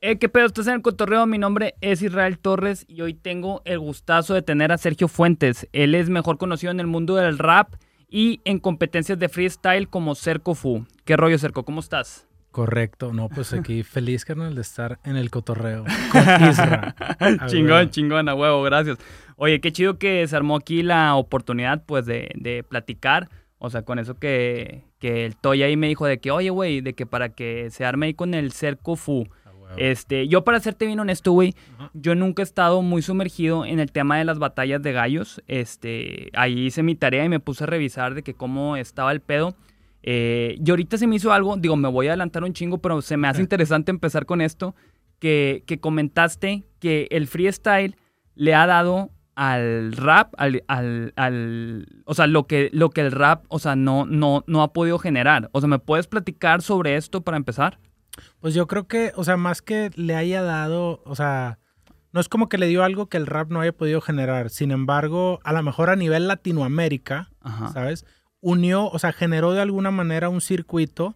¿Qué pedo? Estás en el cotorreo. Mi nombre es Israel Torres y hoy tengo el gustazo de tener a Sergio Fuentes. Él es mejor conocido en el mundo del rap y en competencias de freestyle como Cerco Fu. ¿Qué rollo, Cerco? ¿Cómo estás? Correcto. No, pues aquí feliz, carnal, de estar en el cotorreo con Isra. Chingón, a huevo, gracias. Oye, qué chido que se armó aquí la oportunidad, pues, de platicar. O sea, con eso que el Toy ahí me dijo de que, oye, güey, de que para que se arme ahí con el Cerco Fu. Yo para serte bien honesto, güey, yo nunca he estado muy sumergido en el tema de las batallas de gallos. Ahí hice mi tarea y me puse a revisar de que cómo estaba el pedo. Y ahorita se me hizo algo, digo, me voy a adelantar un chingo, pero se me hace interesante empezar con esto, que comentaste que el freestyle le ha dado al rap, o sea, lo que el rap, o sea, no ha podido generar. O sea, ¿me puedes platicar sobre esto para empezar? Pues yo creo que, o sea, más que le haya dado, o sea, no es como que le dio algo que el rap no haya podido generar. Sin embargo, a lo mejor a nivel Latinoamérica, ¿sabes? Unió, o sea, generó de alguna manera un circuito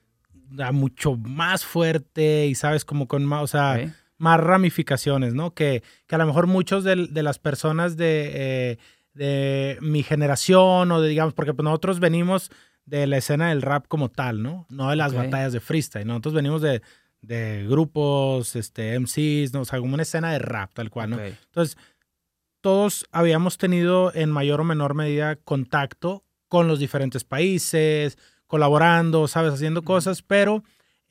mucho más fuerte y, ¿sabes? Como con más, o sea, más ramificaciones, ¿no? Que a lo mejor muchos de las personas de mi generación o de, digamos, porque pues nosotros venimos de la escena del rap como tal, ¿no? No de las batallas de freestyle. Nosotros venimos de grupos, MCs, ¿no? O sea, como una escena de rap, tal cual, ¿no? Entonces, todos habíamos tenido en mayor o menor medida contacto con los diferentes países, colaborando, ¿sabes? Haciendo cosas, pero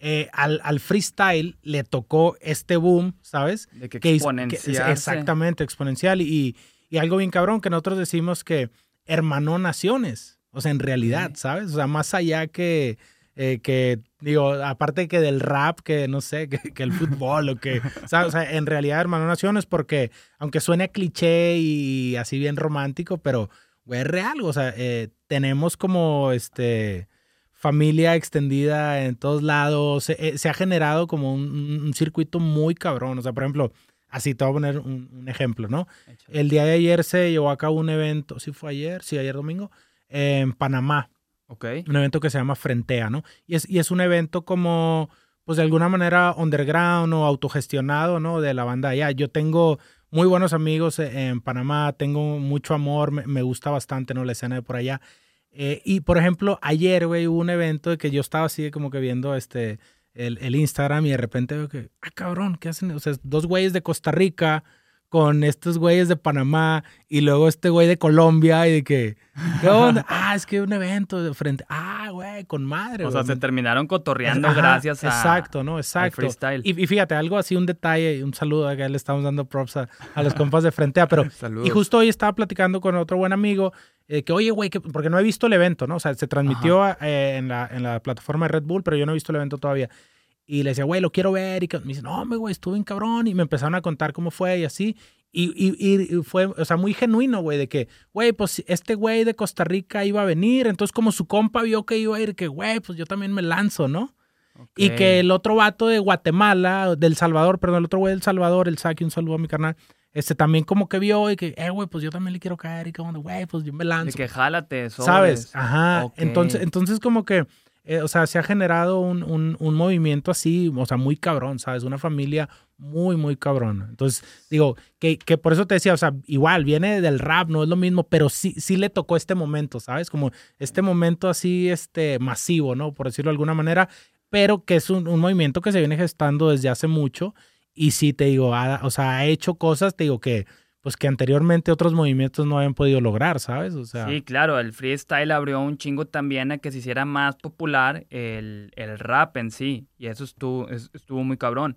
al freestyle le tocó este boom, ¿sabes? De que exponencial. Exactamente, exponencial. Y algo bien cabrón, que nosotros decimos que hermanó naciones. O sea, en realidad, ¿sabes? O sea, más allá que digo, aparte que del rap, que no sé, que el fútbol o que, ¿sabes? O sea, en realidad, hermano naciones, porque aunque suene a cliché y así bien romántico, pero, güey, es real. O sea, tenemos como, familia extendida en todos lados. Se ha generado como un circuito muy cabrón. O sea, por ejemplo, así te voy a poner un ejemplo, ¿no? El día de ayer se llevó a cabo un evento, ¿sí fue ayer? Sí, ayer domingo. En Panamá. Un evento que se llama Frentea, ¿no? Y es un evento como, pues de alguna manera underground o autogestionado, ¿no? De la banda allá. Yo tengo muy buenos amigos en Panamá, tengo mucho amor, me gusta bastante, ¿no? La escena de por allá. Y, por ejemplo, ayer, güey, hubo un evento de que yo estaba así como que viendo el Instagram y de repente veo que, cabrón, ¿qué hacen? O sea, dos güeyes de Costa Rica con estos güeyes de Panamá y luego este güey de Colombia y de que, ¿qué onda? Es que un evento de frente. Güey, con madre. O sea, se terminaron cotorreando gracias a exacto, ¿no? Exacto. Al freestyle. Y fíjate, algo así, un detalle, un saludo, acá le estamos dando props a los compas de Frentea, pero y justo hoy estaba platicando con otro buen amigo que, oye, güey, porque no he visto el evento, ¿no? O sea, se transmitió en la plataforma de Red Bull, pero yo no he visto el evento todavía. Y le decía, güey, lo quiero ver. Y me dice, no, güey, estuve bien cabrón. Y me empezaron a contar cómo fue y así. Y fue, o sea, muy genuino, güey, de que, güey, pues este güey de Costa Rica iba a venir. Entonces, como su compa vio que iba a ir, que, güey, pues yo también me lanzo, ¿no? Y que el otro vato de Guatemala, del Salvador, perdón, el otro güey del Salvador, el Saki, un saludo a mi carnal, también como que vio y que, güey, pues yo también le quiero caer. Y que, güey, pues yo me lanzo. De que jálate, sobres. ¿Sabes? Ajá. Entonces como que o sea, se ha generado un movimiento así, o sea, muy cabrón, ¿sabes? Una familia muy, muy cabrona. Entonces, digo, que por eso te decía, o sea, igual, viene del rap, no es lo mismo, pero sí le tocó este momento, ¿sabes? Como este momento así, masivo, ¿no? Por decirlo de alguna manera, pero que es un movimiento que se viene gestando desde hace mucho y sí, te digo, o sea, ha hecho cosas, te digo, que pues que anteriormente otros movimientos no habían podido lograr, ¿sabes? O sea, sí, claro, el freestyle abrió un chingo también a que se hiciera más popular el rap en sí, y eso estuvo muy cabrón.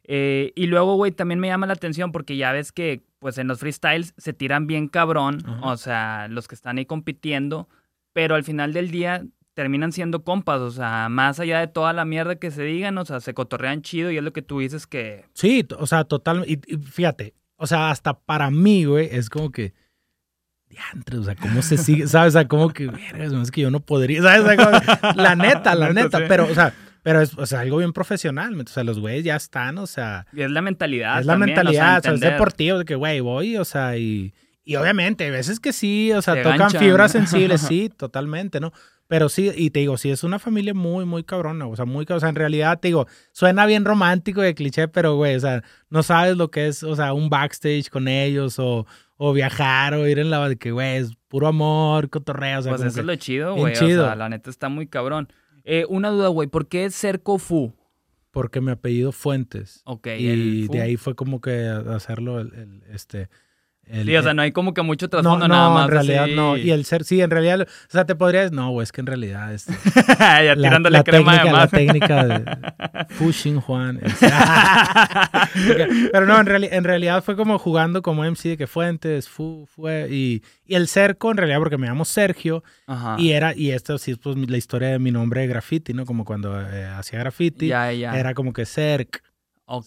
Y luego, güey, también me llama la atención porque ya ves que, pues, en los freestyles se tiran bien cabrón, o sea, los que están ahí compitiendo, pero al final del día terminan siendo compas, o sea, más allá de toda la mierda que se digan, o sea, se cotorrean chido y es lo que tú dices que... Sí, o sea, total, y fíjate, o sea, hasta para mí, güey, es como que, diantre, o sea, ¿cómo se sigue? ¿Sabes? O sea, como que, es que yo no podría, ¿sabes? O sea, la neta, sí. Pero, o sea, es algo bien profesional, o sea, los güeyes ya están, o sea. Y es la mentalidad. Es la también, mentalidad, o sea, es deportivo, de que, güey, voy, o sea, y obviamente, hay veces que sí, o sea, tocan fibras sensibles, sí, totalmente, ¿no? Pero sí, y te digo, sí es una familia muy, muy cabrona, o sea, o sea, en realidad, te digo, suena bien romántico de cliché, pero, güey, o sea, no sabes lo que es, o sea, un backstage con ellos, o viajar, o ir en la, de que, güey, es puro amor, cotorreo, o sea, Pues como eso que es lo chido, bien güey. O chido. sea, la neta está muy cabrón. Una duda, güey. ¿Por qué Cerco Fu? Porque mi apellido Fuentes. Ok, el Y Fu. de ahí fue como que hacerlo Sí, o sea, no hay como que mucho no, trasfondo nada más. en realidad así. no. Y el ser, sí, en realidad, o sea, te podrías, no, güey, es que en realidad Ya tirándole crema técnica, además. la técnica de Fushing Juan. Pero no, en realidad fue como jugando como MC de que Fuentes, fue, y el cerco en realidad porque me llamo Sergio. Ajá. Y esto sí es pues la historia de mi nombre de graffiti, ¿no? Como cuando hacía graffiti, Ya. era como que Ok.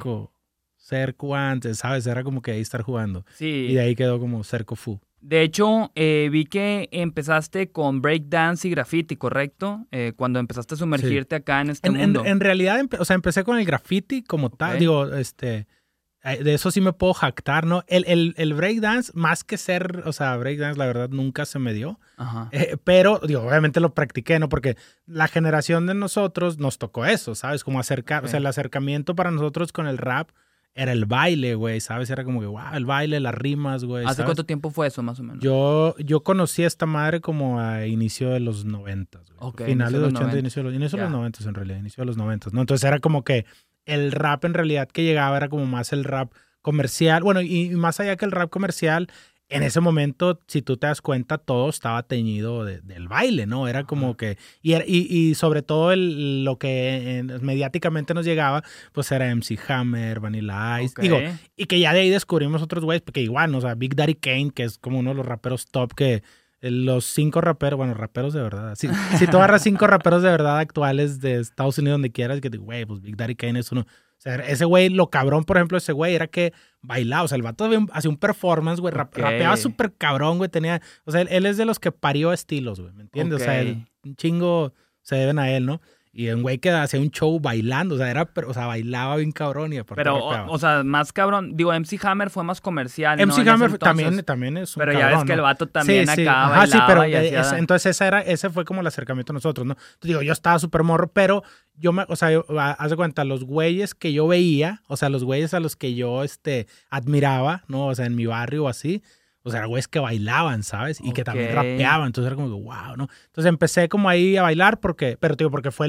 Cerco antes, ¿sabes? Era como que ahí estar jugando. Sí. Y de ahí quedó como Cerco Fu. De hecho, vi que empezaste con breakdance y graffiti, ¿correcto? Cuando empezaste a sumergirte acá en este mundo. En realidad, o sea, empecé con el graffiti como tal. Digo, de eso sí me puedo jactar, ¿no? El breakdance, más que ser, o sea, breakdance, la verdad, nunca se me dio. Ajá. Pero, digo, obviamente lo practiqué, ¿no? Porque la generación de nosotros nos tocó eso, ¿sabes? Como acercar, o sea, el acercamiento para nosotros con el rap era el baile, güey, ¿sabes? Era como que, wow, el baile, las rimas, güey. ¿Hace ¿sabes? cuánto tiempo fue eso, más o menos? Yo conocí a esta madre como a inicio de los 90, güey. Ok, Finales de los 80, 90. inicio de los 90 en realidad, inicio de los 90, ¿no? Entonces era como que el rap en realidad que llegaba era como más el rap comercial. Bueno, y más allá que el rap comercial, en ese momento, si tú te das cuenta, todo estaba teñido del baile, ¿no? Era como que... Y sobre todo lo que mediáticamente nos llegaba, pues era MC Hammer, Vanilla Ice. Ok. Digo, y que ya de ahí descubrimos otros güeyes, porque igual, ¿no? O sea, Big Daddy Kane, que es como uno de los raperos top que... Los 5 raperos, bueno, raperos de verdad. Si tú agarras 5 raperos de verdad actuales de Estados Unidos, donde quieras, que güey, pues Big Daddy Kane es uno. O sea, ese güey, lo cabrón, por ejemplo, ese güey era que bailaba. O sea, el vato hacía un performance, güey. Rapeaba súper cabrón, güey. Tenía, o sea, él es de los que parió estilos, güey. ¿Me entiendes? O sea, un chingo se deben a él, ¿no? Y un güey que hacía un show bailando, o sea, bailaba bien cabrón y aparte Pero, rapeaba. o sea, más cabrón. Digo, MC Hammer fue más comercial, MC ¿no? Hammer también es un pero cabrón, ya ves que ¿no? el vato también sí. acá Ajá, sí, bailaba pero y hacía... entonces ese fue como el acercamiento a nosotros, ¿no? Entonces, digo, yo estaba súper morro, pero o sea, haz de cuenta, los güeyes que yo veía, o sea, los güeyes a los que yo admiraba, ¿no? O sea, en mi barrio o así, o sea, güeyes que bailaban, ¿sabes? Y que también rapeaban, entonces era como que, wow, ¿no? Entonces empecé como ahí a bailar porque fue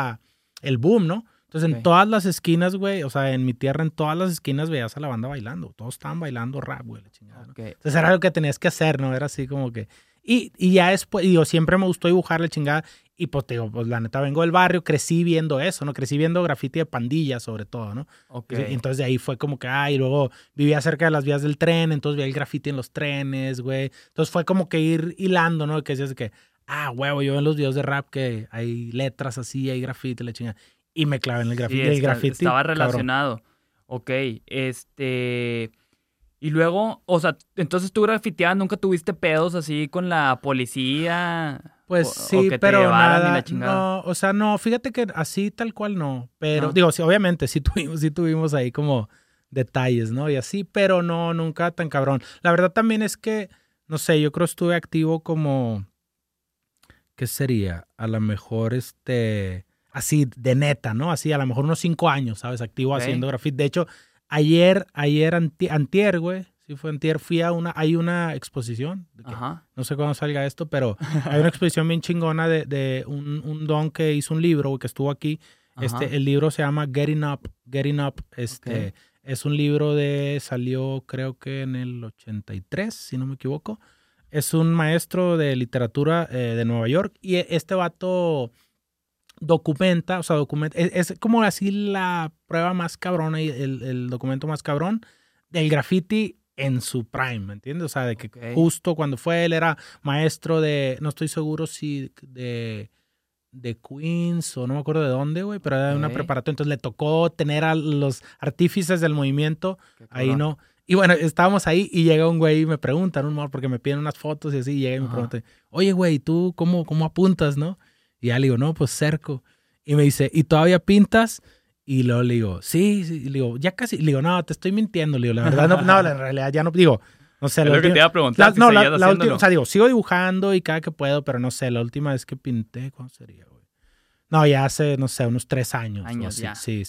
el boom, ¿no? Entonces en todas las esquinas, güey, o sea, en mi tierra, en todas las esquinas veías a la banda bailando. Todos estaban bailando rap, güey, la chingada, ¿no? Entonces era lo que tenías que hacer, ¿no? Era así como que... Y ya después, digo, siempre me gustó dibujar la chingada. Y pues, digo, pues la neta vengo del barrio, crecí viendo eso, ¿no? Crecí viendo graffiti de pandillas, sobre todo, ¿no? Y entonces de ahí fue como que, y luego vivía cerca de las vías del tren, entonces veía el graffiti en los trenes, güey. Entonces fue como que ir hilando, ¿no? Que decías que, huevo, yo en los videos de rap que hay letras así, hay graffiti, la chingada. Y me clavé en el graffiti. Sí, el graffiti estaba relacionado. Cabrón. Ok, y luego, o sea, entonces tú grafiteabas, ¿nunca tuviste pedos así con la policía? Pues sí, que pero nada, no, o sea, no, fíjate que así tal cual no, pero no. Digo, sí, obviamente sí tuvimos ahí como detalles, ¿no? Y así, pero no, nunca tan cabrón. La verdad también es que, no sé, yo creo que estuve activo como, ¿qué sería? A lo mejor así de neta, ¿no? Así a lo mejor unos 5 años, ¿sabes? Activo haciendo graffiti. De hecho, antier, güey. Sí, fue antier. Fui hay una exposición. No sé cuándo salga esto, pero hay una exposición bien chingona de un don que hizo un libro, güey, que estuvo aquí. El libro se llama Getting Up. Es un libro salió creo que en el 83, si no me equivoco. Es un maestro de literatura de Nueva York y este vato documenta, es como así la prueba más cabrona y el documento más cabrón del graffiti en su prime, ¿me entiendes? O sea, de que justo cuando fue, él era maestro no estoy seguro si de Queens o no me acuerdo de dónde, güey, pero era de una preparatoria, entonces le tocó tener a los artífices del movimiento, ahí no. Y bueno, estábamos ahí y llega un güey y me preguntan, porque me piden unas fotos y así, y llega y me pregunta, oye, güey, ¿tú cómo apuntas, no? Y ya le digo, no, pues cerco. Y me dice, ¿y todavía pintas? Y le digo, sí. Y le digo, ya casi. Le digo, no, te estoy mintiendo. Le digo, la verdad, no, en realidad ya no. Digo, No sé, Es lo que te iba a preguntar, si no, seguías la haciéndolo. última, o sea, digo, sigo dibujando y cada que puedo, pero no sé, la última vez que pinté, ¿cuándo sería, güey? No, ya hace, no sé, unos 3 años. Años, así. ya. Sí.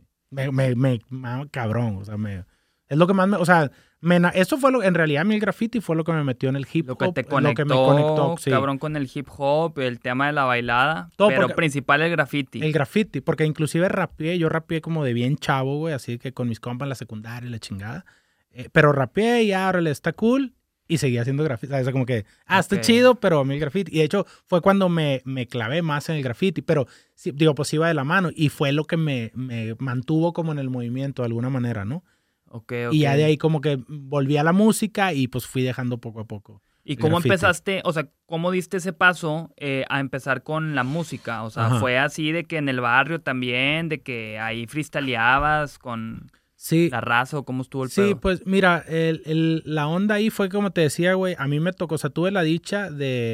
Cabrón, o sea, es lo que más o sea, eso fue en realidad a mí el graffiti fue lo que me metió en el hip hop. Lo que te conectó, lo que me conectó, sí. cabrón, con el hip hop, el tema de la bailada, Todo pero porque- principal el graffiti. El graffiti, porque inclusive yo rapeé como de bien chavo, güey, así que con mis compas en la secundaria y la chingada. Pero rapeé y órale, está cool. Y seguía haciendo graffiti. O sea, como que, está Ok. chido, pero a mí el graffiti. Y de hecho, fue cuando me clavé más en el graffiti. Pero, sí, digo, pues iba de la mano. Y fue lo que me mantuvo como en el movimiento de alguna manera, ¿no? Ok. Y ya de ahí como que volví a la música y pues fui dejando poco a poco. ¿Y el cómo graffiti. empezaste, o sea, cómo diste ese paso a empezar con la música? O sea, Ajá. ¿fue así de que en el barrio también, de que ahí freestyleabas con Sí. la raza o cómo estuvo el Sí, pedo? pues mira, la onda ahí fue como te decía, güey, a mí me tocó, o sea, tuve la dicha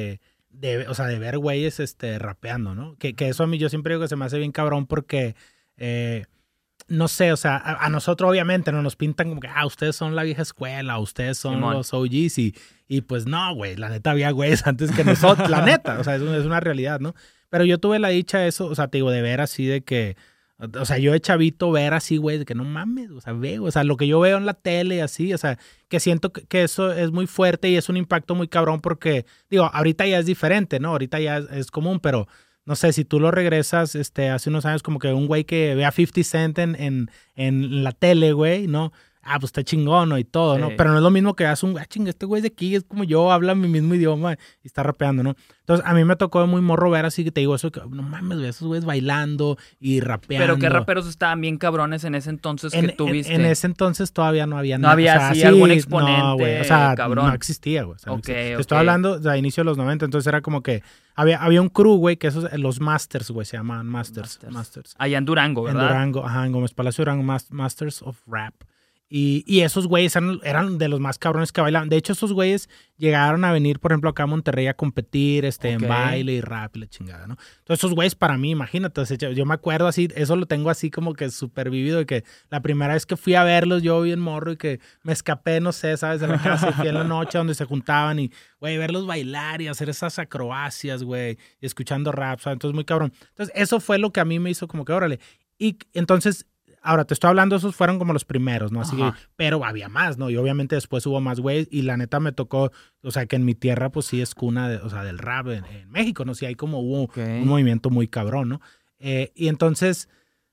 o sea, de ver güeyes rapeando, ¿no? Que eso a mí yo siempre digo que se me hace bien cabrón porque, no sé, o sea, a nosotros obviamente no nos pintan como que, ustedes son la vieja escuela, ustedes son Simón. los OGs y pues no, güey, la neta había güeyes antes que nosotros, la neta, o sea, es una realidad, ¿no? Pero yo tuve la dicha de eso, o sea, te digo, de ver así de que, o sea, yo de chavito ver así, güey, de que no mames, o sea, veo, o sea, lo que yo veo en la tele y así, o sea, que siento que eso es muy fuerte y es un impacto muy cabrón porque, digo, ahorita ya es diferente, ¿no? Ahorita ya es común, pero no sé, si tú lo regresas hace unos años como que un güey que ve a 50 Cent en la tele, güey, ¿no? Pues está chingón, ¿no? Y todo, ¿no? Sí. Pero no es lo mismo que veas chinga, este güey de aquí es como yo, habla mi mismo idioma y está rapeando, ¿no? Entonces, a mí me tocó muy morro ver así que te digo eso, que no mames, güey, esos güeyes bailando y rapeando. Pero qué raperos estaban bien cabrones en ese entonces que tú viste. En ese entonces todavía no había No nada. había o sea, así sí, algún exponente, no, güey, o sea, cabrón. no existía, güey. O sea, no Ok, existía. Te ok. estoy hablando de inicio de los 90, entonces era como que había un crew, güey, que esos, los Masters, güey, se llamaban Masters. Allá en Durango, ¿verdad? En Durango, en Gómez Palacio Durango, Masters of Rap. Y esos güeyes eran de los más cabrones que bailaban. De hecho, esos güeyes llegaron a venir, por ejemplo, acá a Monterrey a competir en Ok. baile y rap y la chingada, ¿no? Entonces, esos güeyes para mí, imagínate, o sea, yo me acuerdo así, eso lo tengo así como que súper vivido, de que la primera vez que fui a verlos, yo bien morro y que me escapé, no sé, ¿sabes? De la casa y fui en la noche donde se juntaban y, güey, verlos bailar y hacer esas acrobacias, güey, y escuchando rap, ¿sabes? Entonces, muy cabrón. Entonces, eso fue lo que a mí me hizo como que, órale. Y entonces... Ahora, te estoy hablando, esos fueron como los primeros, ¿no? Así que, Ajá. pero había más, ¿no? Y obviamente después hubo más güeyes y la neta me tocó, o sea, que en mi tierra pues sí es cuna, o sea, del rap en México, ¿no? Sí, hay como hubo Ok. un movimiento muy cabrón, ¿no? Y entonces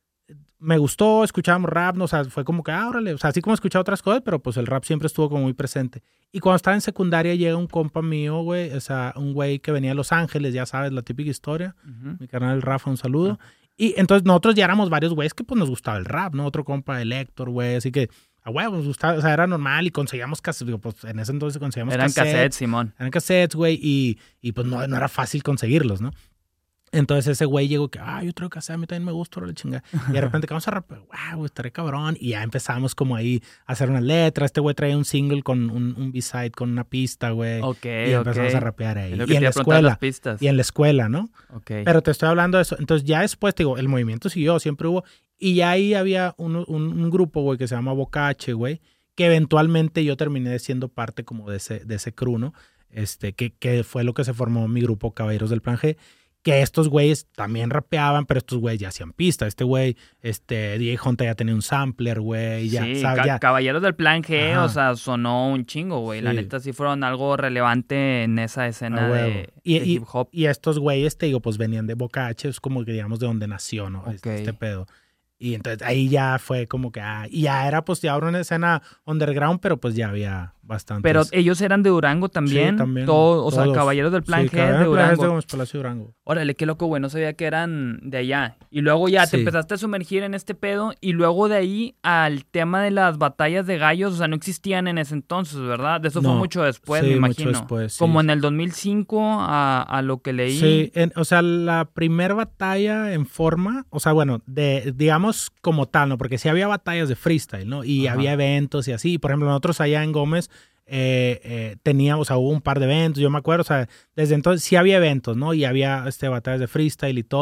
me gustó, escuchábamos rap, ¿no? O sea, fue como que, órale, o sea, así como escuchaba otras cosas, pero pues el rap siempre estuvo como muy presente. Y cuando estaba en secundaria llega un compa mío, güey, o sea, un güey que venía de Los Ángeles, ya sabes, la típica historia. Ujú. Mi carnal Rafa, un saludo. Y entonces nosotros ya éramos varios güeyes que pues nos gustaba el rap, ¿no? Otro compa, el Héctor, güey, así que a huevo nos gustaba, o sea, era normal y conseguíamos cassettes, digo, pues en ese entonces conseguíamos Eran cassettes, Simón. Eran cassettes, güey, y pues no era fácil conseguirlos, ¿no? Entonces ese güey llegó que, yo traigo cassette, a mí también me gusta, la chingada. Y de repente, que vamos a rapear, wow, estaré cabrón. Y ya empezamos como ahí a hacer una letra. Este güey traía un single con un B-side, con una pista, güey. Ok, y empezamos a rapear ahí. Es lo que Y te en iba la a preguntar, las escuela. pistas. Y en la escuela, ¿no? Ok. Pero te estoy hablando de eso. Entonces ya después, te digo, el movimiento siguió, siempre hubo. Y ya ahí había un grupo, güey, que se llama Boca H, güey, que eventualmente yo terminé siendo parte como de ese crew, ¿no? Que fue lo que se formó mi grupo Caballeros del Plan G. Que estos güeyes también rapeaban, pero estos güeyes ya hacían pistas. Este güey, DJ Hunta ya tenía un sampler, güey. Ya, Sí, ¿sabes? Ya. Caballeros del Plan G, Ajá. o sea, sonó un chingo, güey. La Sí. neta sí fueron algo relevante en esa escena A huevo. de Y hip hop. Y estos güeyes, te digo, pues venían de Boca H, es como que digamos de donde nació, ¿no? Ok. Este pedo. Y entonces ahí ya fue como que, y ya era pues ya ahora una escena underground, pero pues ya había bastante. Pero ellos eran de Durango también. Sí, también. O sea, Todos. Caballeros del Plan Sí, G Caballeros de del Plan G es de Durango. Gómez Palacio Durango. Órale, qué loco, güey. No sabía que eran de allá. Y luego ya te Sí. empezaste a sumergir en este pedo. Y luego de ahí al tema de las batallas de gallos. O sea, no existían en ese entonces, ¿verdad? De eso fue No. mucho después, Sí, me mucho imagino. después, sí. Como en el 2005 a lo que leí. Sí, o sea, la primera batalla en forma, o sea, bueno, digamos como tal, ¿no? Porque sí había batallas de freestyle, ¿no? Y Ajá. había eventos y así. Por ejemplo, nosotros allá en Gómez teníamos, o sea, hubo un par de eventos, yo me acuerdo, o sea, desde entonces sí había eventos, ¿no? Y había batallas de freestyle y todo,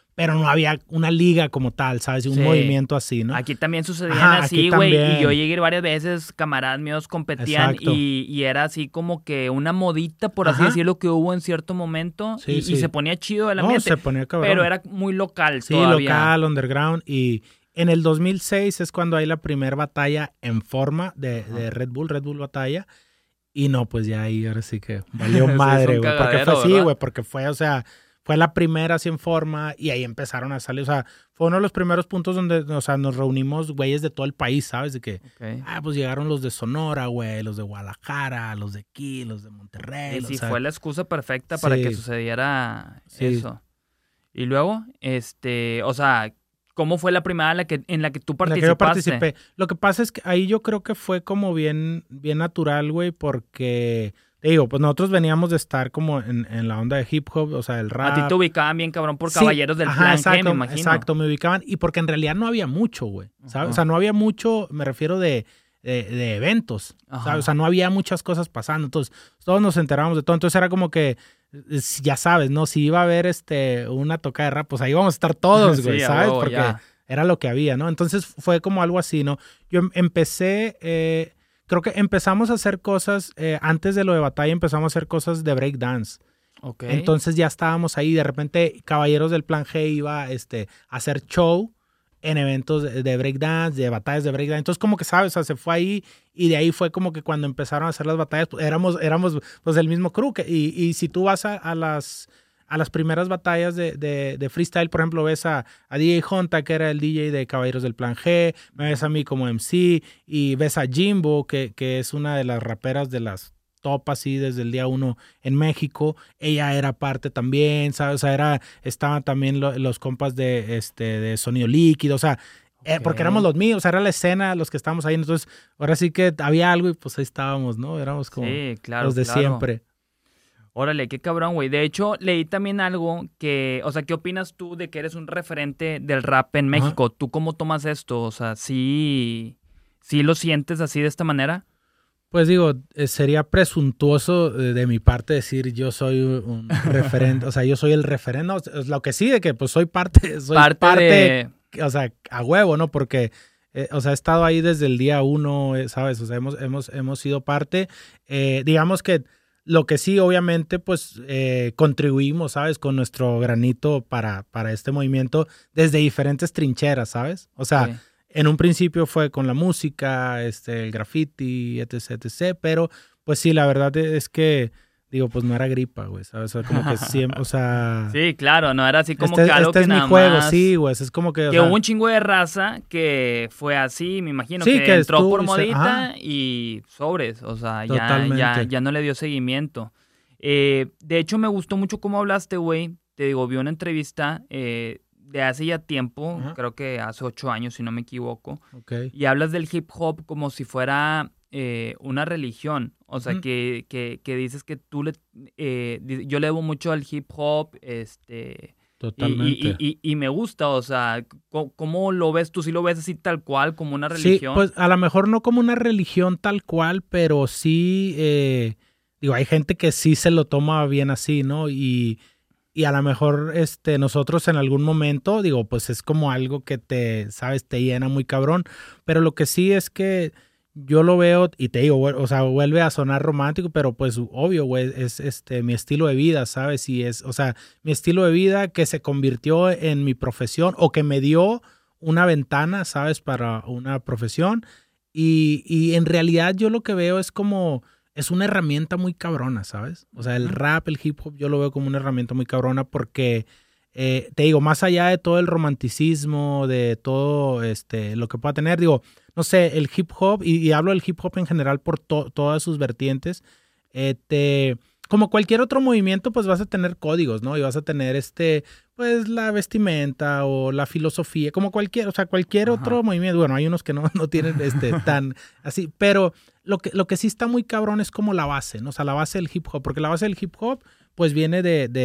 pero no había una liga como tal, ¿sabes? Un movimiento así, ¿no? Aquí también sucedían así, güey, y yo llegué varias veces, camaradas míos competían y era así como que una modita, por así decirlo, que hubo en cierto momento y se ponía chido el ambiente, se ponía cabrón. Pero era muy local todavía. Sí, local, underground, y en el 2006 es cuando hay la primera batalla en forma de Red Bull Batalla, y no, pues ya ahí ahora sí que valió madre, güey, porque fue, o sea, fue la primera así en forma y ahí empezaron a salir, o sea, fue uno de los primeros puntos donde, o sea, nos reunimos güeyes de todo el país, ¿sabes? De que, pues llegaron los de Sonora, güey, los de Guadalajara, los de aquí, los de Monterrey. Sí, fue la excusa perfecta para que sucediera eso. Y luego, o sea, ¿cómo fue la primera en la que tú participaste? En la que yo participé. Lo que pasa es que ahí yo creo que fue como bien natural, güey, porque... Te digo, pues nosotros veníamos de estar como en la onda de hip hop, o sea, el rap. A ti te ubicaban bien, cabrón, por Caballeros del Plan, me imagino. Exacto, me ubicaban. Y porque en realidad no había mucho, güey, ¿sabes? O sea, no había mucho, me refiero de eventos, ¿sabes? O sea, no había muchas cosas pasando. Entonces, todos nos enterábamos de todo. Entonces, era como que, ya sabes, ¿no? Si iba a haber una toca de rap, pues ahí íbamos a estar todos, güey, ¿sabes? Porque era lo que había, ¿no? Entonces, fue como algo así, ¿no? Yo empecé... Creo que empezamos a hacer cosas, antes de lo de batalla empezamos a hacer cosas de breakdance. Entonces ya estábamos ahí, de repente Caballeros del Plan G iba a hacer show en eventos de breakdance, de batallas de breakdance. Entonces como que, ¿sabes? O sea, se fue ahí y de ahí fue como que cuando empezaron a hacer las batallas, pues, éramos pues el mismo crew. Y si tú vas a las primeras batallas de freestyle, por ejemplo, ves a DJ Honta, que era el DJ de Caballeros del Plan G, me ves a mí como MC, y ves a Jimbo, que es una de las raperas de las top así desde el día 1 en México. Ella era parte también, ¿sabes? O sea, estaban también los compas de Sonido Líquido, o sea, porque éramos los míos, o sea, era la escena, los que estábamos ahí. Entonces, ahora sí que había algo y pues ahí estábamos, ¿no? Éramos como los de siempre. Órale, qué cabrón, güey. De hecho, leí también algo que, o sea, ¿qué opinas tú de que eres un referente del rap en México? ¿Tú cómo tomas esto? O sea, ¿sí lo sientes así de esta manera? Pues digo, sería presuntuoso de mi parte decir yo soy un referente, o sea, yo soy el referente. No, lo que sí, de que pues soy parte de... O sea, a huevo, ¿no? Porque... o sea, he estado ahí desde el día 1, ¿sabes? O sea, hemos sido parte. Digamos que lo que sí, obviamente, pues contribuimos, ¿sabes? Con nuestro granito para este movimiento desde diferentes trincheras, ¿sabes? O sea, en un principio fue con la música, el graffiti, etc. Pero, pues sí, la verdad es que, digo, pues no era gripa, güey, ¿sabes? O sea, como que siempre, o sea... Sí, claro, no era así como que algo que es nada mi juego, más... sí, güey, es como que... hubo un chingo de raza que fue así, me imagino, sí, que entró por modita y sobres, o sea, ya no le dio seguimiento. De hecho, me gustó mucho cómo hablaste, güey, te digo, vi una entrevista de hace ya tiempo, creo que hace 8 años, si no me equivoco, y hablas del hip hop como si fuera... una religión, o sea, que dices que tú yo le debo mucho al hip hop, Totalmente. Y me gusta, o sea, ¿cómo lo ves tú? ¿Sí lo ves así tal cual, como una religión? Sí, pues a lo mejor no como una religión tal cual, pero sí, digo, hay gente que sí se lo toma bien así, ¿no? Y a lo mejor nosotros en algún momento, digo, pues es como algo que sabes, te llena muy cabrón, pero lo que sí es que yo lo veo y te digo, o sea, vuelve a sonar romántico, pero pues obvio, güey, es mi estilo de vida, ¿sabes? Y o sea, mi estilo de vida que se convirtió en mi profesión o que me dio una ventana, ¿sabes? Para una profesión. Y en realidad yo lo que veo es como, es una herramienta muy cabrona, ¿sabes? O sea, el rap, el hip hop, yo lo veo como una herramienta muy cabrona porque... te digo, más allá de todo el romanticismo, de todo lo que pueda tener, digo, no sé, el hip hop, y hablo del hip hop en general por todas sus vertientes, como cualquier otro movimiento, pues vas a tener códigos, ¿no? Y vas a tener pues la vestimenta o la filosofía, como cualquier otro movimiento. Bueno, hay unos que no tienen tan así, pero lo que sí está muy cabrón es como la base, ¿no? O sea, la base del hip hop, porque la base del hip hop, pues viene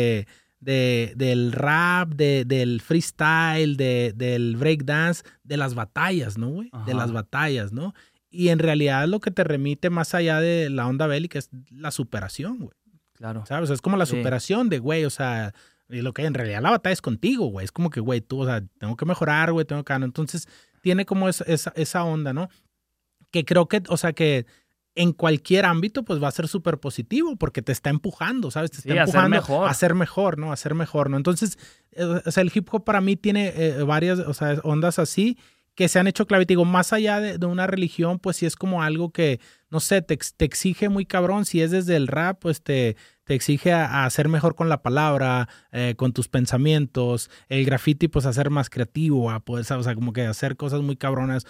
del rap, del freestyle, del breakdance, de las batallas, ¿no, güey? De las batallas, ¿no? Y en realidad lo que te remite más allá de la onda bélica es la superación, güey. Claro. ¿Sabes? Es como la superación de, güey, o sea, Y lo que en realidad la batalla es contigo, güey. Es como que, güey, tú, o sea, tengo que mejorar, güey, tengo que ganar. Entonces, tiene como esa onda, ¿no? Que creo que, o sea, que en cualquier ámbito, pues va a ser súper positivo porque te está empujando, ¿sabes? Te está empujando a ser mejor, ¿no? A ser mejor, ¿no? Entonces, o sea, el hip hop para mí tiene varias, o sea, ondas así que se han hecho clave. Te digo, más allá de una religión, pues sí es como algo que, no sé, te exige muy cabrón. Si es desde el rap, pues te exige a ser mejor con la palabra, con tus pensamientos. El graffiti, pues a ser más creativo, a poder, o sea, como que hacer cosas muy cabronas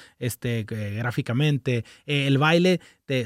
gráficamente. El baile,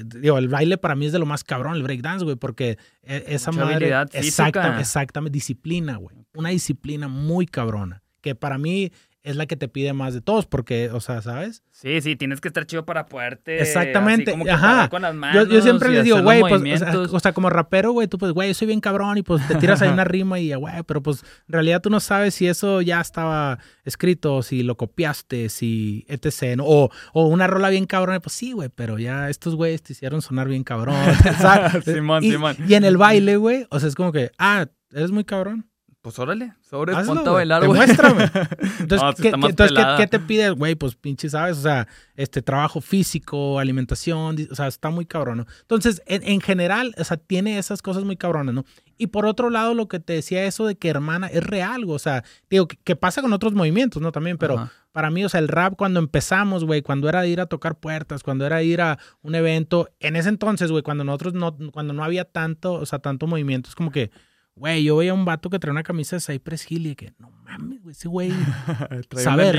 el baile para mí es de lo más cabrón, el breakdance, güey, porque esa mucha madre... física. Exactamente, disciplina, güey. Una disciplina muy cabrona, que para mí es la que te pide más de todos, porque, o sea, ¿sabes? Sí, tienes que estar chido para poderte... Exactamente, así como que con las manos yo siempre les digo, güey, pues, movimientos. o sea, como rapero, güey, tú pues, güey, yo soy bien cabrón y pues te tiras ahí una rima y, güey, pero pues en realidad tú no sabes si eso ya estaba escrito, si lo copiaste, si etc., ¿no? O una rola bien cabrón, pues sí, güey, pero ya estos güeyes te hicieron sonar bien cabrón, ¿sabes? Simón. Y en el baile, güey, o sea, es como que, eres muy cabrón. Pues órale, sobre Hazlo, ponte a bailar, güey. Demuéstrame. Entonces, No, ¿qué te pides, güey? Pues pinche, ¿sabes? O sea, trabajo físico, alimentación, o sea, está muy cabrón, ¿no? Entonces, en general, o sea, tiene esas cosas muy cabronas, ¿no? Y por otro lado, lo que te decía eso de que hermana es real, o sea, digo, que pasa con otros movimientos, ¿no? También, pero para mí, o sea, el rap cuando empezamos, güey, cuando era ir a tocar puertas, cuando era ir a un evento, en ese entonces, güey, cuando cuando no había tanto, o sea, tanto movimiento, es como que, güey, yo veía un vato que traía una camisa de Cypress Hill y que, no mames, güey, ese güey sabe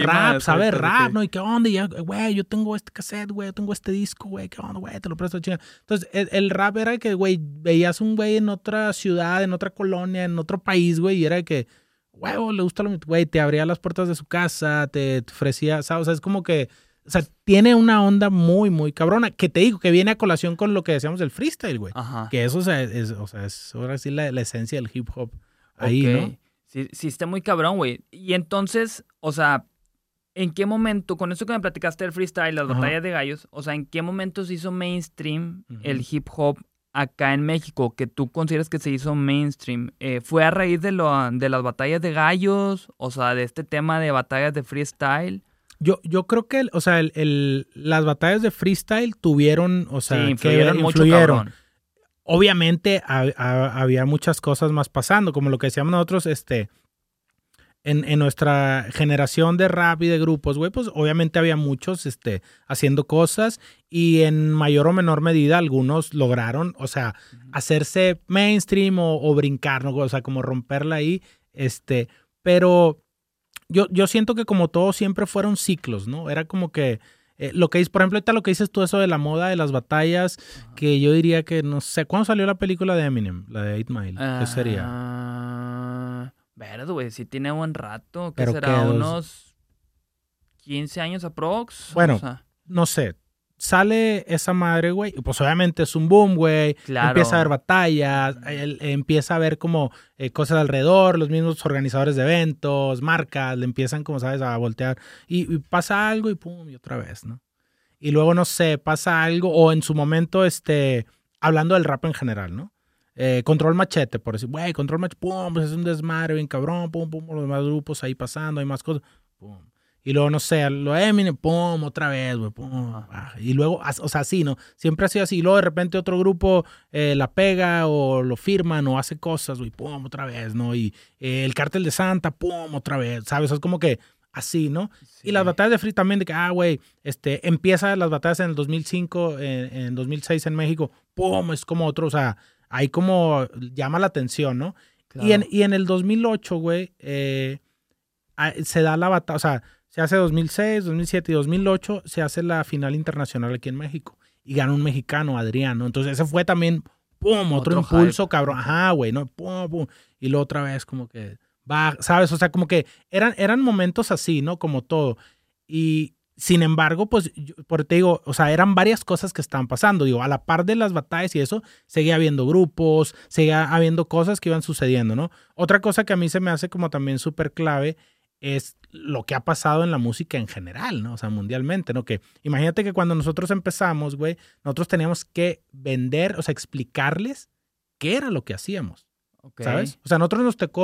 rap, ¿no? Y qué onda, y ya, güey, yo tengo este cassette, güey, yo tengo este disco, güey, qué onda, güey, te lo presto chinga. Entonces, el rap era que, güey, veías un güey en otra ciudad, en otra colonia, en otro país, güey, y era que, güey, le gusta lo mismo, güey, te abría las puertas de su casa, te ofrecía, ¿sabes? O sea, es como que, o sea, tiene una onda muy, muy cabrona, que te digo, que viene a colación con lo que decíamos del freestyle, güey. Que eso, o sea, es ahora sí la esencia del hip hop ahí, ¿no? Sí, está muy cabrón, güey. Y entonces, o sea, ¿en qué momento, con eso que me platicaste del freestyle, las batallas de gallos, o sea, ¿en qué momento se hizo mainstream el hip hop acá en México, que tú consideras que se hizo mainstream? ¿Fue a raíz de las batallas de gallos? O sea, de este tema de batallas de freestyle. Yo creo que, o sea, las batallas de freestyle tuvieron, o sea, sí, influyeron mucho, cabrón. Obviamente había muchas cosas más pasando, como lo que decíamos nosotros, en nuestra generación de rap y de grupos, güey, pues obviamente había muchos, haciendo cosas y en mayor o menor medida algunos lograron, o sea, hacerse mainstream o brincar, ¿no? O sea, como romperla ahí, pero yo siento que como todo siempre fueron ciclos, ¿no? Era como que lo que dices, por ejemplo, ahorita lo que dices tú, eso de la moda de las batallas, que yo diría que, no sé, ¿cuándo salió la película de Eminem? La de 8 Mile, ¿qué sería? Verdad, güey, sí tiene buen rato, ¿qué ¿Pero será? qué, ¿Unos 15 años aprox? Bueno, o sea, no sé. Sale esa madre, güey, y pues obviamente es un boom, güey. Claro. Empieza a haber batallas, empieza a haber como cosas alrededor, los mismos organizadores de eventos, marcas, le empiezan, como sabes, a voltear. Y pasa algo y pum, y otra vez, ¿no? Y luego, no sé, pasa algo, o en su momento, hablando del rap en general, ¿no? Control Machete, por decir, güey, Control Machete, pum, pues es un desmadre bien cabrón, pum, pum, los demás grupos ahí pasando, hay más cosas, pum. Y luego, no sé, lo Eminem, pum, otra vez, güey, pum. Y luego, o sea, sí, ¿no? Siempre ha sido así. Y luego de repente otro grupo la pega o lo firman o hace cosas, güey, pum, otra vez, ¿no? Y el Cártel de Santa, pum, otra vez, ¿sabes? Es como que así, ¿no? Sí. Y las batallas de free también, de que, güey, empieza las batallas en el 2005, en 2006 en México, pum, es como otro, o sea, ahí como llama la atención, ¿no? Claro. Y en el 2008, güey, se da la batalla, o sea, se hace 2006, 2007 y 2008, se hace la final internacional aquí en México. Y gana un mexicano, Adriano. Entonces ese fue también, pum, otro impulso, hype. Cabrón. Ajá, güey, ¿no? Pum, pum. Y luego otra vez como que va, ¿sabes? O sea, como que eran momentos así, ¿no? Como todo. Y sin embargo, pues, te digo, o sea, eran varias cosas que estaban pasando. Digo, a la par de las batallas y eso, seguía habiendo grupos, seguía habiendo cosas que iban sucediendo, ¿no? Otra cosa que a mí se me hace como también súper clave es lo que ha pasado en la música en general, ¿no? O sea, mundialmente, ¿no? Que imagínate que cuando nosotros empezamos, güey, nosotros teníamos que vender, o sea, explicarles qué era lo que hacíamos, ¿sabes? O sea, a nosotros nos tocó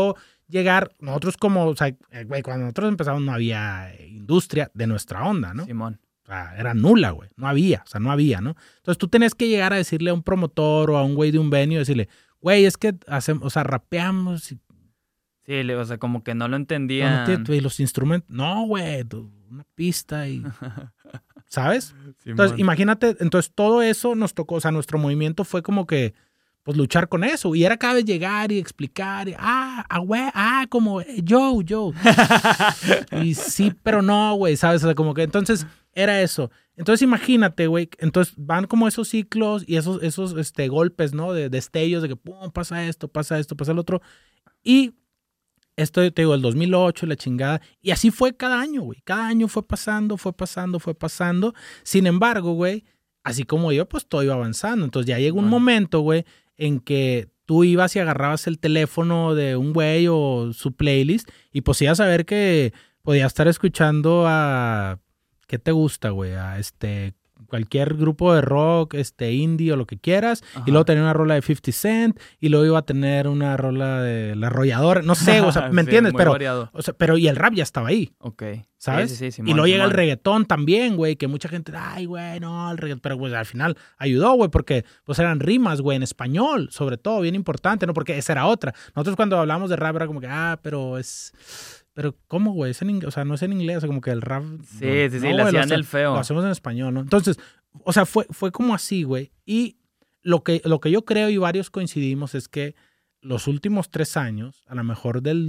llegar, nosotros como, o sea, güey, cuando nosotros empezamos no había industria de nuestra onda, ¿no? Simón. O sea, era nula, güey. No había, ¿no? Entonces tú tenías que llegar a decirle a un promotor o a un güey de un venue, decirle, güey, es que hacemos, o sea, rapeamos. Y, sí, o sea, como que no lo entendían. y los instrumentos, no, güey, una pista y... ¿Sabes? Simón. Entonces, imagínate, entonces todo eso nos tocó, o sea, nuestro movimiento fue como que, pues, luchar con eso. Y era cada vez llegar y explicar, y, güey, como, Joe. Y sí, pero no, güey, ¿sabes? O sea, como que, entonces, era eso. Entonces, imagínate, güey, entonces van como esos ciclos y esos golpes, ¿no? De destellos de que, pum, pasa esto, pasa el otro. Y esto, te digo, el 2008, la chingada. Y así fue cada año, güey. Cada año fue pasando. Sin embargo, güey, así como yo, pues todo iba avanzando. Entonces ya llegó un momento, güey, en que tú ibas y agarrabas el teléfono de un güey o su playlist y pues ibas a ver que podía estar escuchando a... ¿Qué te gusta, güey? A cualquier grupo de rock, indie o lo que quieras. Ajá. Y luego tenía una rola de 50 Cent y luego iba a tener una rola de La Arrolladora. No sé, o sea, ¿me entiendes? Pero, o sea, y el rap ya estaba ahí. Ok. ¿Sabes? Sí, y luego llega el reggaetón también, güey, que mucha gente, ay, güey, no, el reggaetón. Pero, pues, al final ayudó, güey, porque, pues, eran rimas, güey, en español, sobre todo, bien importante, ¿no? Porque esa era otra. Nosotros cuando hablamos de rap era como que, pero es... Pero, ¿cómo, güey? Es en inglés, o sea, no es en inglés, o sea, como que el rap... Sí, le hacían el feo. Lo hacemos en español, ¿no? Entonces, o sea, fue como así, güey. Y lo que yo creo y varios coincidimos es que los últimos 3 años, a lo mejor del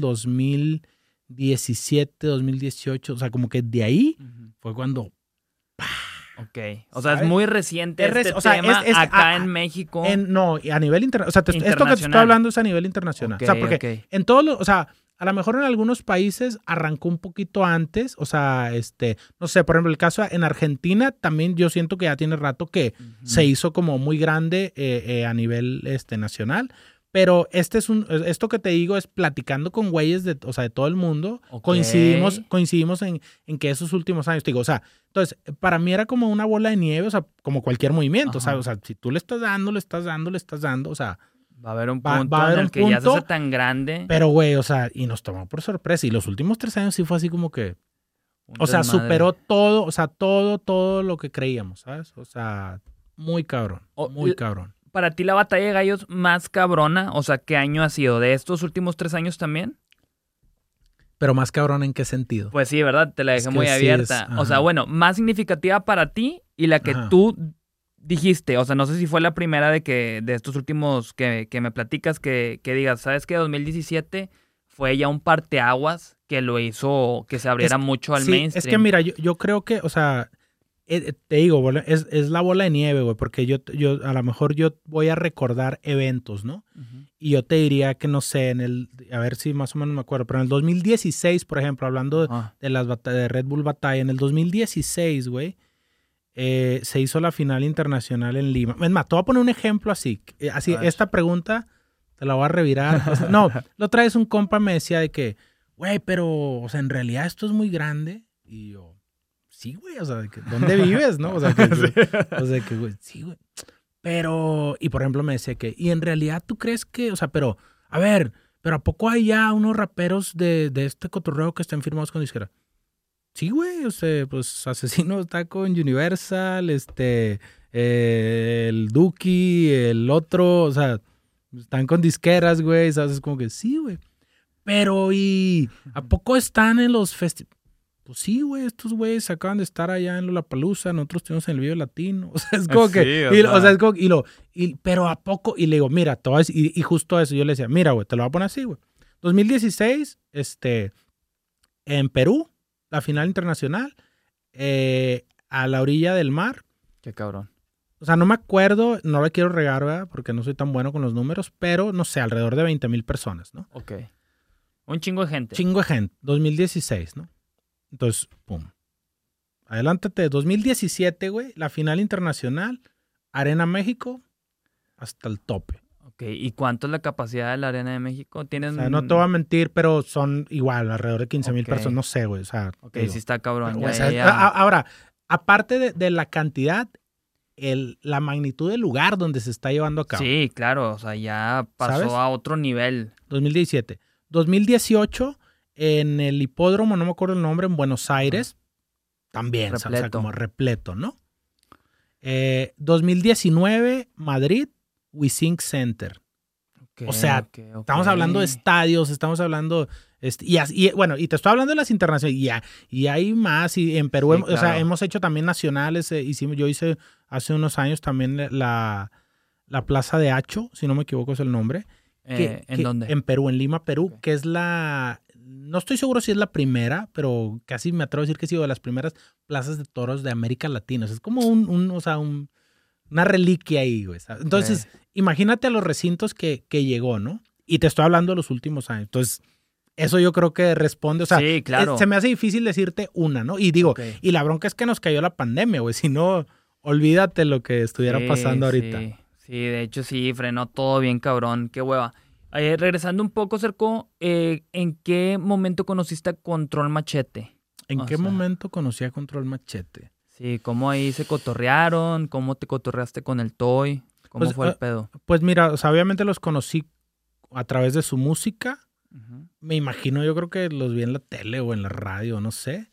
2017, 2018, o sea, como que de ahí fue cuando... Ok. O sea, ¿sabes? Es muy reciente o sea, tema acá en México. No, a nivel internacional. O sea, esto que te estoy hablando es a nivel internacional. Okay, o sea, porque en todos los... O sea, a lo mejor en algunos países arrancó un poquito antes, o sea, no sé, por ejemplo, el caso en Argentina también yo siento que ya tiene rato que se hizo como muy grande a nivel nacional, pero esto que te digo es platicando con güeyes de todo el mundo, coincidimos en que esos últimos años, te digo, o sea, entonces, para mí era como una bola de nieve, o sea, como cualquier movimiento, ¿sabes? O sea, si tú le estás dando, o sea, va a haber un punto en el que ya se hace tan grande. Pero, güey, o sea, y nos tomó por sorpresa. Y los últimos 3 años sí fue así como que... O sea, superó todo, o sea, todo lo que creíamos, ¿sabes? O sea, muy cabrón, muy cabrón. ¿Para ti la batalla de gallos más cabrona? O sea, ¿qué año ha sido? ¿De estos últimos 3 años también? Pero más cabrón, ¿en qué sentido? Pues sí, ¿verdad? Te la dejé muy abierta. O sea, bueno, más significativa para ti y la que tú... dijiste, o sea, no sé si fue la primera de estos últimos que me platicas que digas, ¿sabes qué? 2017 fue ya un parteaguas que lo hizo que se abriera mucho al mainstream. Es que mira, yo creo que, o sea, te digo, es la bola de nieve, güey, porque yo a lo mejor yo voy a recordar eventos, ¿no? Uh-huh. Y yo te diría que, no sé, a ver si más o menos me acuerdo, pero en el 2016, por ejemplo, hablando de las de Red Bull Batalla, en el 2016, güey, se hizo la final internacional en Lima. Es más, te voy a poner un ejemplo así. Esta pregunta te la voy a revirar. No, la otra vez un compa me decía de que, güey, pero, o sea, en realidad esto es muy grande. Y yo, sí, güey, o sea, ¿dónde vives, no? O sea, güey, sí, güey. Pero, y por ejemplo me decía que, y en realidad tú crees que, o sea, pero, a ver, pero ¿a poco hay ya unos raperos de este cotorreo que están firmados con disquera? Sí, güey, o sea, pues Asesino está con Universal, el Duki, el otro, o sea, están con disqueras, güey, ¿sabes? Es como que sí, güey. Pero, ¿y a poco están en los festivales? Pues sí, güey, estos güeyes acaban de estar allá en Lollapalooza, nosotros estuvimos en el Vive Latino, o sea, es como que, sí, o sea, es como, pero ¿a poco? Y le digo, mira, te voy a decir, y justo eso, yo le decía, mira, güey, te lo voy a poner así, güey. 2016, en Perú, la final internacional, a la orilla del mar. Qué cabrón. O sea, no me acuerdo, no le quiero regar, ¿verdad? Porque no soy tan bueno con los números, pero, no sé, alrededor de 20,000 personas, ¿no? Ok. Un chingo de gente. 2016, ¿no? Entonces, pum. Adelántate, 2017, güey, la final internacional, Arena México, hasta el tope. Ok, ¿y cuánto es la capacidad de la Arena de México? ¿Tienes... O sea, no te voy a mentir, pero son igual, alrededor de 15,000 personas, no sé, güey. O sea, ok, digo, sí está cabrón. Pero, ahora, aparte de la cantidad, la magnitud del lugar donde se está llevando a cabo. Sí, claro, o sea, ya pasó, ¿sabes?, a otro nivel. 2017. 2018, en el hipódromo, no me acuerdo el nombre, en Buenos Aires, también, o sea, Repleto. como repleto, ¿no? 2019, Madrid, WeSync Center. O sea, estamos hablando de estadios, estamos hablando... bueno, y te estoy hablando de las internacionales, y hay más, y en Perú, Sí, o sea, claro. hemos hecho también nacionales, yo hice hace unos años también la Plaza de Hacho, si no me equivoco es el nombre. ¿En dónde? En Perú, en Lima, Perú, Ok. que es no estoy seguro si es la primera, pero casi me atrevo a decir que ha sido de las primeras plazas de toros de América Latina. O sea, es como una reliquia ahí, güey. ¿Sabes? Entonces, imagínate a los recintos que llegó, ¿no? Y te estoy hablando de los últimos años. Entonces, eso yo creo que responde, o sea, Sí, claro. se me hace difícil decirte una, ¿no? Y digo, y la bronca es que nos cayó la pandemia, güey. Si no, olvídate lo que estuviera pasando ahorita. Sí, de hecho sí, frenó todo bien cabrón, qué hueva. Regresando un poco, Cerco, ¿en qué momento conociste a Control Machete? ¿En qué momento conocí a Control Machete? Sí, ¿cómo ahí se cotorrearon? ¿Cómo te cotorreaste con el Toy? ¿Cómo fue el pedo? Pues mira, o sea, obviamente los conocí a través de su música. Uh-huh. Me imagino, yo creo que los vi en la tele o en la radio, no sé.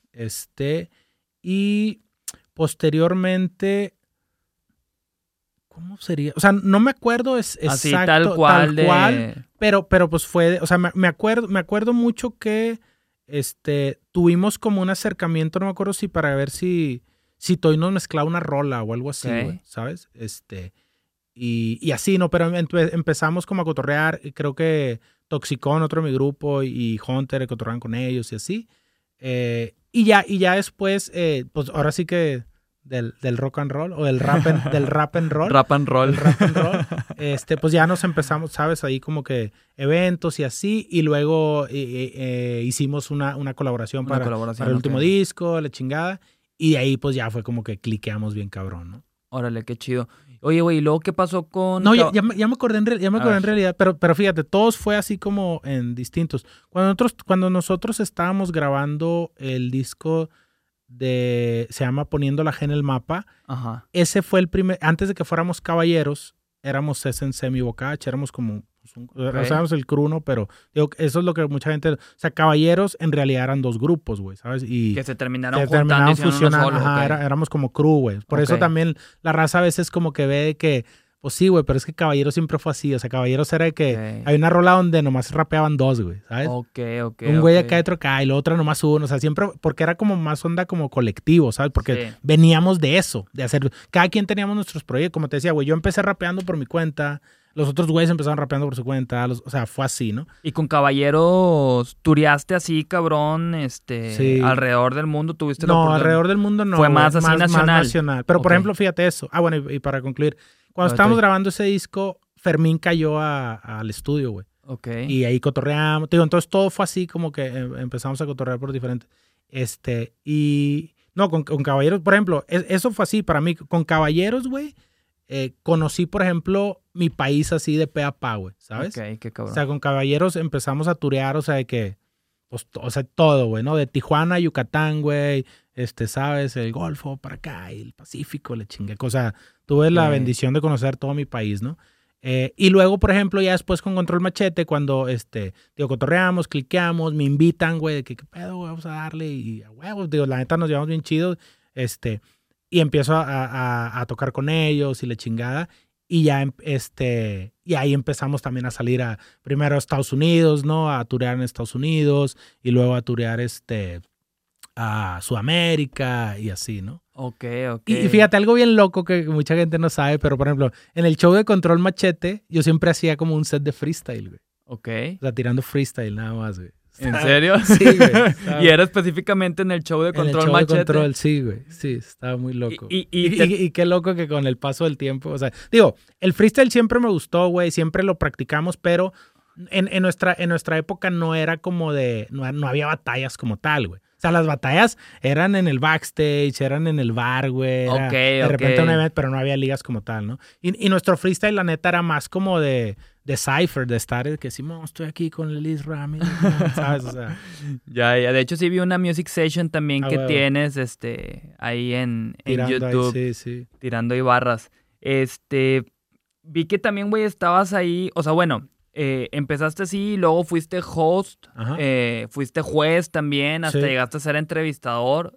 Y posteriormente, ¿cómo sería? O sea, no me acuerdo exacto, así, tal cual, pero pues fue, o sea, me acuerdo mucho que tuvimos como un acercamiento, no me acuerdo si para ver si Toy nos mezclaba una rola o algo así, güey, ¿sabes? Y así, ¿no? Pero empezamos como a cotorrear, creo que Toxicón, otro de mi grupo, y Hunter cotorreaban con ellos y así. Y ya después, pues ahora sí que del rock and roll o del rap and roll. Rap and roll. Pues ya nos empezamos, ¿sabes? Ahí como que eventos y así. Y luego hicimos una colaboración para el último disco, la chingada. Y ahí pues ya fue como que cliqueamos bien cabrón, ¿no? Órale, qué chido. Oye, güey, ¿y luego qué pasó con...? No, ya me acordé en realidad, pero fíjate, todos fue así como en distintos. Cuando nosotros estábamos grabando el disco se llama Poniendo la G en el Mapa, ajá, ese fue el primer, antes de que fuéramos Caballeros, éramos Semi Bocach, éramos como, éramos el crew, ¿no? Pero digo, eso es lo que mucha gente, o sea, Caballeros en realidad eran dos grupos, güey, ¿sabes? Y que se terminaron fusionando, éramos como crew, güey. Por eso también la raza a veces como que ve que, pues sí, güey, pero es que Caballeros siempre fue así, o sea, Caballeros era de que hay una rola donde nomás rapeaban dos, güey, ¿sabes? Un güey acá y otro acá, y la otra nomás uno, o sea, siempre, porque era como más onda como colectivo, ¿sabes? Porque veníamos de eso, de hacer, cada quien teníamos nuestros proyectos, como te decía, güey, yo empecé rapeando por mi cuenta, los otros güeyes empezaron rapeando por su cuenta, o sea, fue así, ¿no? Y con Caballeros, ¿tureaste así, cabrón, alrededor del mundo? ¿Tuviste No, alrededor del mundo no. Fue más así nacional. Más nacional. Pero, por ejemplo, fíjate eso. Ah, bueno, y para concluir, cuando estábamos grabando ese disco, Fermín cayó al estudio, güey. Ok. Y ahí cotorreamos. Digo, entonces todo fue así como que empezamos a cotorrear por diferentes. Y no, con Caballeros, por ejemplo, eso fue así para mí. Con Caballeros, güey, conocí, por ejemplo, mi país así de pe a pa, güey, ¿sabes? Ok, qué cabrón. O sea, con Caballeros empezamos a turear, o sea, de que, pues, o sea, todo, güey, ¿no? De Tijuana a Yucatán, güey, ¿sabes? El Golfo para acá, y el Pacífico, la chingue. O sea, tuve la bendición de conocer todo mi país, ¿no? Y luego, por ejemplo, ya después con Control Machete, cuando, digo, cotorreamos, cliqueamos, me invitan, güey, de que, ¿qué pedo, güey? Vamos a darle, y a huevos, digo, la neta nos llevamos bien chidos, y empiezo a tocar con ellos y la chingada, y ya, y ahí empezamos también a salir primero a Estados Unidos, ¿no? A turear en Estados Unidos, y luego a turear, a Sudamérica y así, ¿no? Ok. Y fíjate, algo bien loco que mucha gente no sabe, pero por ejemplo, en el show de Control Machete, yo siempre hacía como un set de freestyle, güey. Ok. O sea, tirando freestyle nada más, güey. ¿En serio? Sí, güey. ¿Y era específicamente en el show de Control Machete? En el show Machete? de Control, sí, güey. Sí, estaba muy loco. Y qué loco que con el paso del tiempo, o sea, digo, el freestyle siempre me gustó, güey, siempre lo practicamos, pero en nuestra época no era como no había batallas como tal, güey. O sea, las batallas eran en el backstage, eran en el bar, güey. De repente un evento, pero no había ligas como tal, ¿no? Y nuestro freestyle, la neta, era más como de cypher, de estar, que sí, estoy aquí con el Liz Ramírez, ¿sabes? O sea. Ya. De hecho, sí vi una music session también que tienes, ahí en YouTube. Ahí, sí. Tirando ahí barras. Vi que también, güey, estabas ahí, o sea, bueno, empezaste así, luego fuiste host, fuiste juez también, hasta llegaste a ser entrevistador,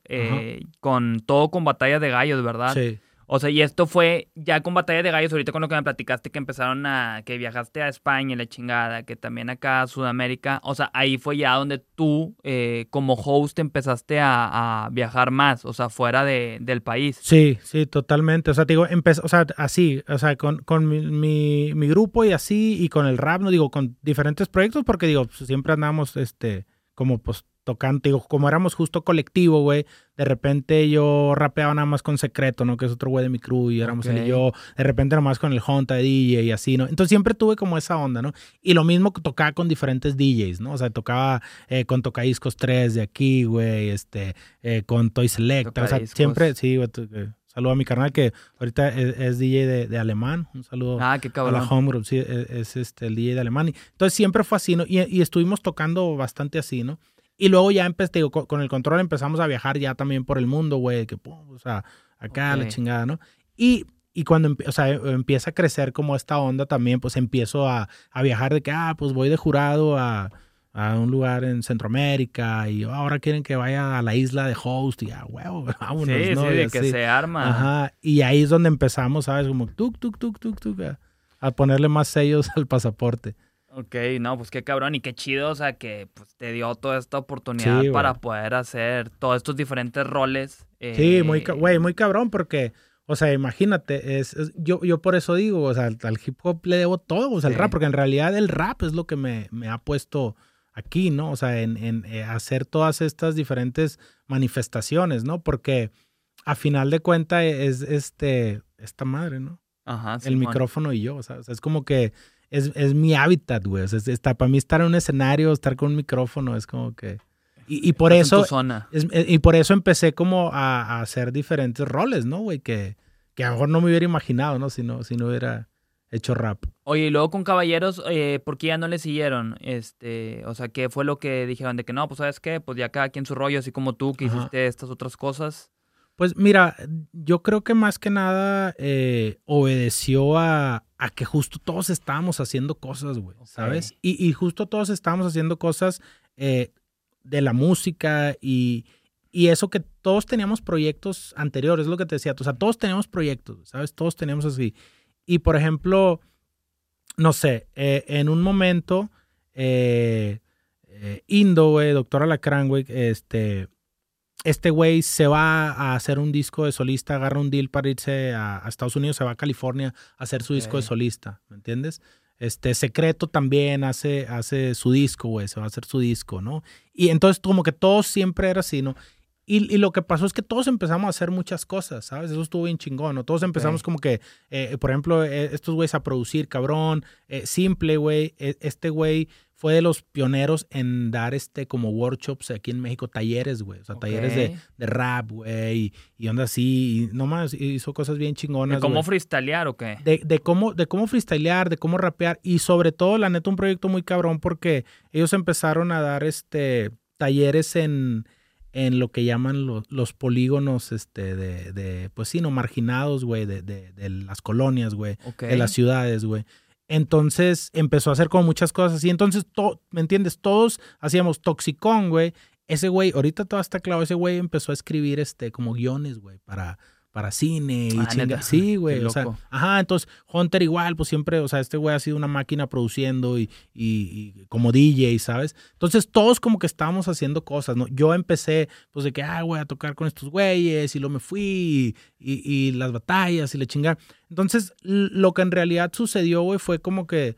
con Batalla de Gallos, ¿verdad? Sí. O sea, y esto fue ya con Batalla de Gallos, ahorita con lo que me platicaste, que que viajaste a España y la chingada, que también acá a Sudamérica, o sea, ahí fue ya donde tú, como host, empezaste a viajar más, o sea, fuera del país. Sí, totalmente. O sea, te digo, o sea, así, o sea, con mi grupo y así, y con el rap, no digo, con diferentes proyectos, porque digo, pues, siempre andamos, como pues tocando, digo, como éramos justo colectivo, güey, de repente yo rapeaba nada más con Secreto, ¿no? Que es otro güey de mi crew, y éramos él y yo, de repente nada más con el Honta de DJ y así, ¿no? Entonces siempre tuve como esa onda, ¿no? Y lo mismo que tocaba con diferentes DJs, ¿no? O sea, tocaba con Tocadiscos 3 de aquí, güey, con Toy Selecta, o sea, siempre, sí, güey, saludo a mi carnal que ahorita es DJ de Alemán. Un saludo qué cabrón. A la Home Group. Sí, es el DJ de Alemán. Entonces siempre fue así, ¿no? Y estuvimos tocando bastante así, ¿no? Y luego ya empecé, digo, con el control empezamos a viajar ya también por el mundo, güey, que pum, o sea, acá la chingada, ¿no? Y cuando empieza a crecer como esta onda también, pues empiezo a viajar de que, pues voy de jurado a un lugar en Centroamérica y ahora quieren que vaya a la isla de host y huevo, vámonos, sí, ¿no? Sí, de que se arma. Ajá, y ahí es donde empezamos, ¿sabes? Como tuk, a ponerle más sellos al pasaporte. Ok, no, pues qué cabrón y qué chido, o sea, que pues, te dio toda esta oportunidad para poder hacer todos estos diferentes roles. Sí, muy cabrón porque, o sea, imagínate, yo por eso digo, o sea, al hip hop le debo todo, o sea, el rap, porque en realidad el rap es lo que me ha puesto aquí, ¿no? O sea, en hacer todas estas diferentes manifestaciones, ¿no? Porque a final de cuentas es esta madre, ¿no? Ajá, sí, el micrófono y yo, o sea, es como que es mi hábitat, güey. O sea, para mí estar en un escenario, estar con un micrófono, es como que... Y por eso... y por eso empecé como a hacer diferentes roles, ¿no, güey? Que a lo mejor no me hubiera imaginado, ¿no? Si no hubiera hecho rap. Oye, y luego con Caballeros, ¿por qué ya no le siguieron? O sea, ¿qué fue lo que dijeron? De que no, pues, ¿sabes qué? Pues ya cada quien su rollo, así como tú, que hiciste estas otras cosas. Pues mira, yo creo que más que nada obedeció a que justo todos estábamos haciendo cosas, güey, ¿sabes? Y justo todos estábamos haciendo cosas de la música y eso que todos teníamos proyectos anteriores, es lo que te decía. O sea, todos teníamos proyectos, ¿sabes? Todos teníamos así. Y por ejemplo, no sé, en un momento, Indo, güey, Doctor Alacrán, güey, este güey se va a hacer un disco de solista, agarra un deal para irse a Estados Unidos, se va a California a hacer su disco de solista, ¿me entiendes? Secreto también hace su disco, güey, se va a hacer su disco, ¿no? Y entonces como que todo siempre era así, ¿no? Y lo que pasó es que todos empezamos a hacer muchas cosas, ¿sabes? Eso estuvo bien chingón, ¿no? Todos empezamos como que, por ejemplo, estos güeyes a producir, cabrón. Simple, güey. Este güey fue de los pioneros en dar como workshops aquí en México, talleres, güey. O sea, talleres de rap, güey. Y onda así. Y nomás hizo cosas bien chingonas, ¿De cómo freestylear o qué? De cómo freestylear, de cómo rapear. Y sobre todo, la neta, un proyecto muy cabrón porque ellos empezaron a dar talleres en lo que llaman los polígonos pues sí, no, marginados, güey, de las colonias, güey, de las ciudades, güey. Entonces empezó a hacer como muchas cosas así. Entonces, ¿me entiendes? Todos hacíamos Toxicón, güey. Ese güey, ahorita todo está claro, ese güey empezó a escribir como guiones, güey, para cine y chinga. Sí, güey. O sea, entonces Hunter igual, pues siempre, o sea, este güey ha sido una máquina produciendo y como DJ, ¿sabes? Entonces todos como que estábamos haciendo cosas, ¿no? Yo empecé, pues de que, güey, a tocar con estos güeyes y luego me fui y las batallas y la chingada. Entonces, lo que en realidad sucedió, güey, fue como que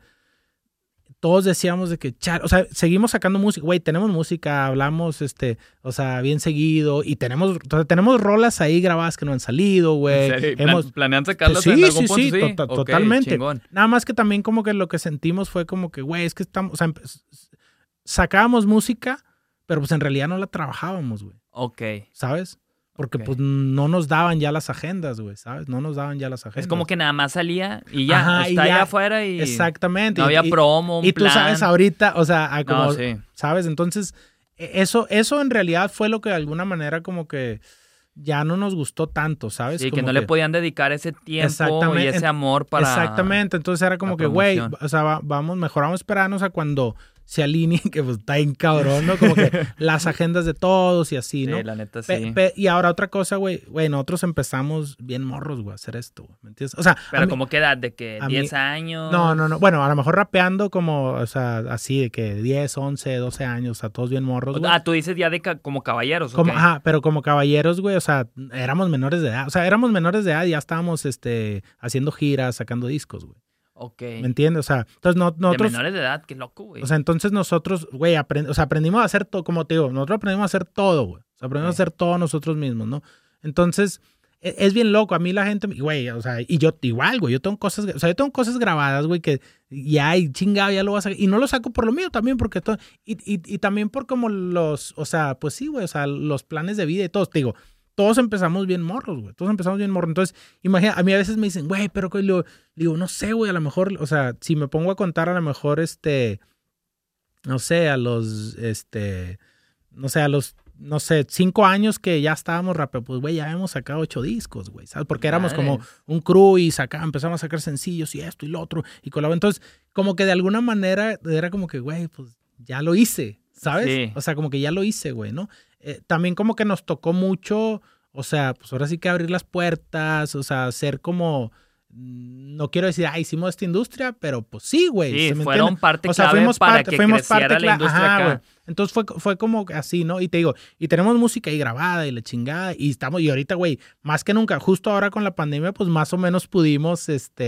todos decíamos de que, o sea, seguimos sacando música, güey, tenemos música, hablamos, o sea, bien seguido y tenemos rolas ahí grabadas que no han salido, güey. ¿Planean sacarlas en algún punto? Sí, totalmente. Chingón. Nada más que también como que lo que sentimos fue como que, güey, es que estamos, o sea, sacábamos música, pero pues en realidad no la trabajábamos, güey. Ok. ¿Sabes? Porque pues no nos daban ya las agendas, güey, ¿sabes? No nos daban ya las agendas. Es como que nada más salía y ya, está allá afuera y... Exactamente. No había promo, un plan. Y tú sabes ahorita, o sea, como, no, sí. ¿sabes? Entonces, eso en realidad fue lo que de alguna manera como que ya no nos gustó tanto, ¿sabes? Sí, como que no le podían dedicar ese tiempo y ese amor para... Exactamente, entonces era como que, güey, o sea, mejor vamos a esperarnos a cuando se alineen, que pues está bien cabrón, ¿no? Como que las agendas de todos y así, ¿no? Sí, la neta sí. Y ahora otra cosa, güey, nosotros empezamos bien morros, güey, a hacer esto, güey, ¿me entiendes? O sea... ¿Pero como qué edad? ¿De que 10 años? No, bueno, a lo mejor rapeando como, o sea, así de que 10, 11, 12 años, o sea, todos bien morros, güey. Tú dices ya de como caballeros, como, ¿ok? Ajá, pero como caballeros, güey, o sea, éramos menores de edad, o sea, éramos menores de edad y ya estábamos, haciendo giras, sacando discos, güey. Ok. ¿Me entiendes? O sea, entonces nosotros... De menores de edad, qué loco, güey. O sea, entonces nosotros, güey, aprendimos a hacer todo, como te digo, nosotros aprendimos a hacer todo, güey. O sea, aprendimos a hacer todo nosotros mismos, ¿no? Entonces, es bien loco. A mí la gente, güey, o sea, y yo igual, güey, yo tengo cosas grabadas, güey, que ya, chingado, ya lo vas a sacar. Y no lo saco por lo mío también, porque todo, y también por como o sea, pues sí, güey, o sea, los planes de vida y todo, te digo, todos empezamos bien morros, güey. Todos empezamos bien morros. Entonces, imagina, a mí a veces me dicen, güey, pero digo, no sé, güey, a lo mejor, o sea, si me pongo a contar, a lo mejor, no sé, no sé, 5 años que ya estábamos rapeando, pues, güey, ya hemos sacado 8 discos, güey, ¿sabes? Porque éramos como un crew y empezamos a sacar sencillos y esto y lo otro, y colaboramos. Entonces, como que de alguna manera era como que, güey, pues, ya lo hice, ¿sabes? Sí. O sea, como que ya lo hice, güey, ¿no? También como que nos tocó mucho, o sea, pues ahora sí que abrir las puertas, o sea, ser como, no quiero decir, hicimos esta industria, pero pues sí, güey. Sí, fueron parte clave para que creciera la industria acá. Güey. Entonces fue como así, ¿no? Y te digo, y tenemos música ahí grabada y la chingada, y ahorita, güey, más que nunca, justo ahora con la pandemia, pues más o menos pudimos,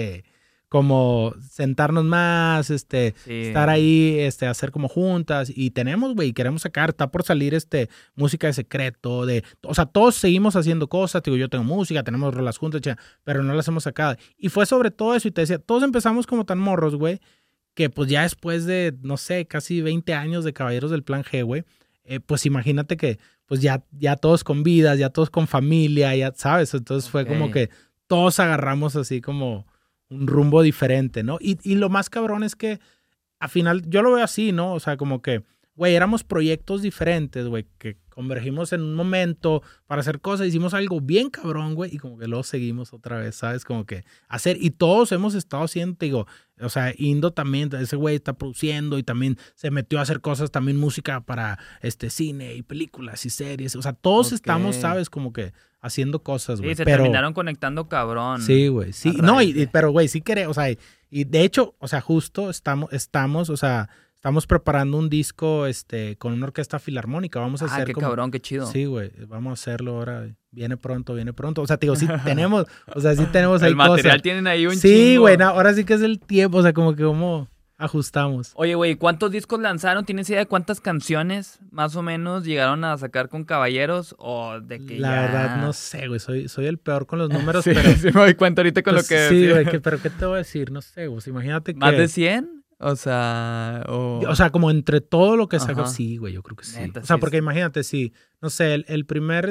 como sentarnos más, estar ahí, hacer como juntas, y tenemos, güey, queremos sacar, está por salir, música de secreto, o sea, todos seguimos haciendo cosas, digo, yo tengo música, tenemos rolas juntas, pero no las hemos sacado, y fue sobre todo eso, y te decía, todos empezamos como tan morros, güey, que pues ya después de, no sé, casi 20 años de Caballeros del Plan G, güey, pues imagínate que, pues ya todos con vidas, ya todos con familia, ya, ¿sabes? Entonces fue como que todos agarramos así como un rumbo diferente, ¿no? Y lo más cabrón es que al final yo lo veo así, ¿no? O sea, como que, güey, éramos proyectos diferentes, güey, que convergimos en un momento para hacer cosas, hicimos algo bien cabrón, güey, y como que luego seguimos otra vez, ¿sabes? Como que hacer, y todos hemos estado haciendo, te digo, o sea, Indo también, ese güey está produciendo y también se metió a hacer cosas, también música para cine y películas y series, o sea, todos estamos, ¿sabes? Como que haciendo cosas, güey. Sí, se terminaron conectando cabrón. Sí, güey, sí. No, pero, güey, sí queremos, o sea, y de hecho, o sea, justo estamos, o sea, estamos preparando un disco, con una orquesta filarmónica. Vamos a hacer qué cabrón, qué chido. Sí, güey, vamos a hacerlo ahora. Viene pronto. O sea, te digo, sí tenemos, o sea, sí tenemos ahí cosas. El material tienen ahí un chingo. Sí, güey, ahora sí que es el tiempo, o sea, como que como ajustamos. Oye, güey, ¿cuántos discos lanzaron? ¿Tienes idea de cuántas canciones más o menos llegaron a sacar con Caballeros? O de que La verdad, no sé, güey. Soy el peor con los números, sí, pero... Sí, me doy cuenta ahorita con pues, lo que sí, decía. güey, pero ¿qué te voy a decir? No sé, güey. Imagínate que... ¿Más de 100? O sea... O sea, como entre todo lo que sacó... Sí, güey, yo creo que sí. Neta, o sea, sí, porque imagínate, sí. No sé, el primer,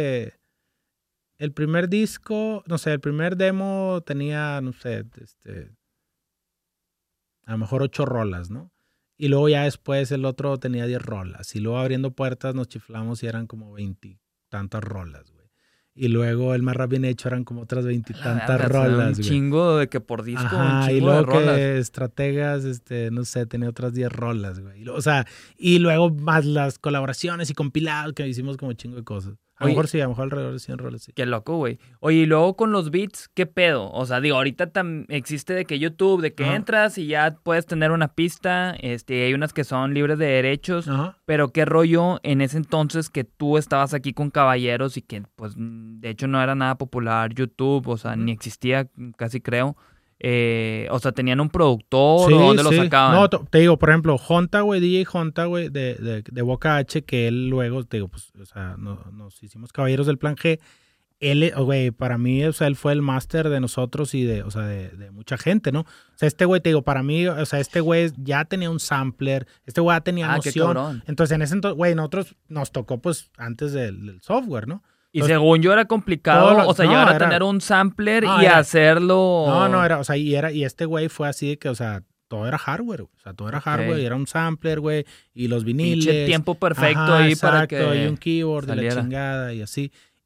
el primer disco... No sé, el primer demo tenía, no sé, a lo mejor 8 rolas, ¿no? Y luego ya después el otro tenía 10 rolas. Y luego abriendo puertas nos chiflamos y eran como 20 y tantas rolas, güey. Y luego el más rap bien hecho eran como otras 20 y tantas rolas, güey. Un chingo de que por disco, ajá, un chingo y luego de rolas. que estrategas, no sé, tenía otras 10 rolas, güey. O sea, y luego más las colaboraciones y compilados que hicimos como chingo de cosas. A lo mejor sí, a lo mejor alrededor de 100 rolas, sí. Qué loco, güey. Oye, y luego con los beats, ¿qué pedo? O sea, digo, ahorita existe de que YouTube, de que entras y ya puedes tener una pista, hay unas que son libres de derechos, pero qué rollo en ese entonces que tú estabas aquí con Caballeros y que, pues, de hecho no era nada popular YouTube, o sea, ni existía, casi creo. O sea, ¿tenían un productor o dónde lo sacaban? No, te digo, por ejemplo, Jonta, güey, DJ Jonta, güey, de Boca H, que él luego, te digo, pues, o sea, nos hicimos Caballeros del Plan G. Él, güey, para mí, o sea, él fue el máster de nosotros y de mucha gente, ¿no? O sea, este güey, te digo, para mí, o sea, este güey ya tenía un sampler, este güey ya tenía noción. Qué cabrón. Entonces, en ese entonces, güey, nosotros nos tocó, pues, antes del software, ¿no? Y entonces, según yo era complicado, o sea, llegar a tener un sampler y hacerlo... era, o sea, y este güey fue así de que, o sea, todo era hardware, güey. O sea, todo era hardware, y era un sampler, güey, y los viniles. Pinche tiempo perfecto ahí exacto, para que y un keyboard saliera. De la chingada y así.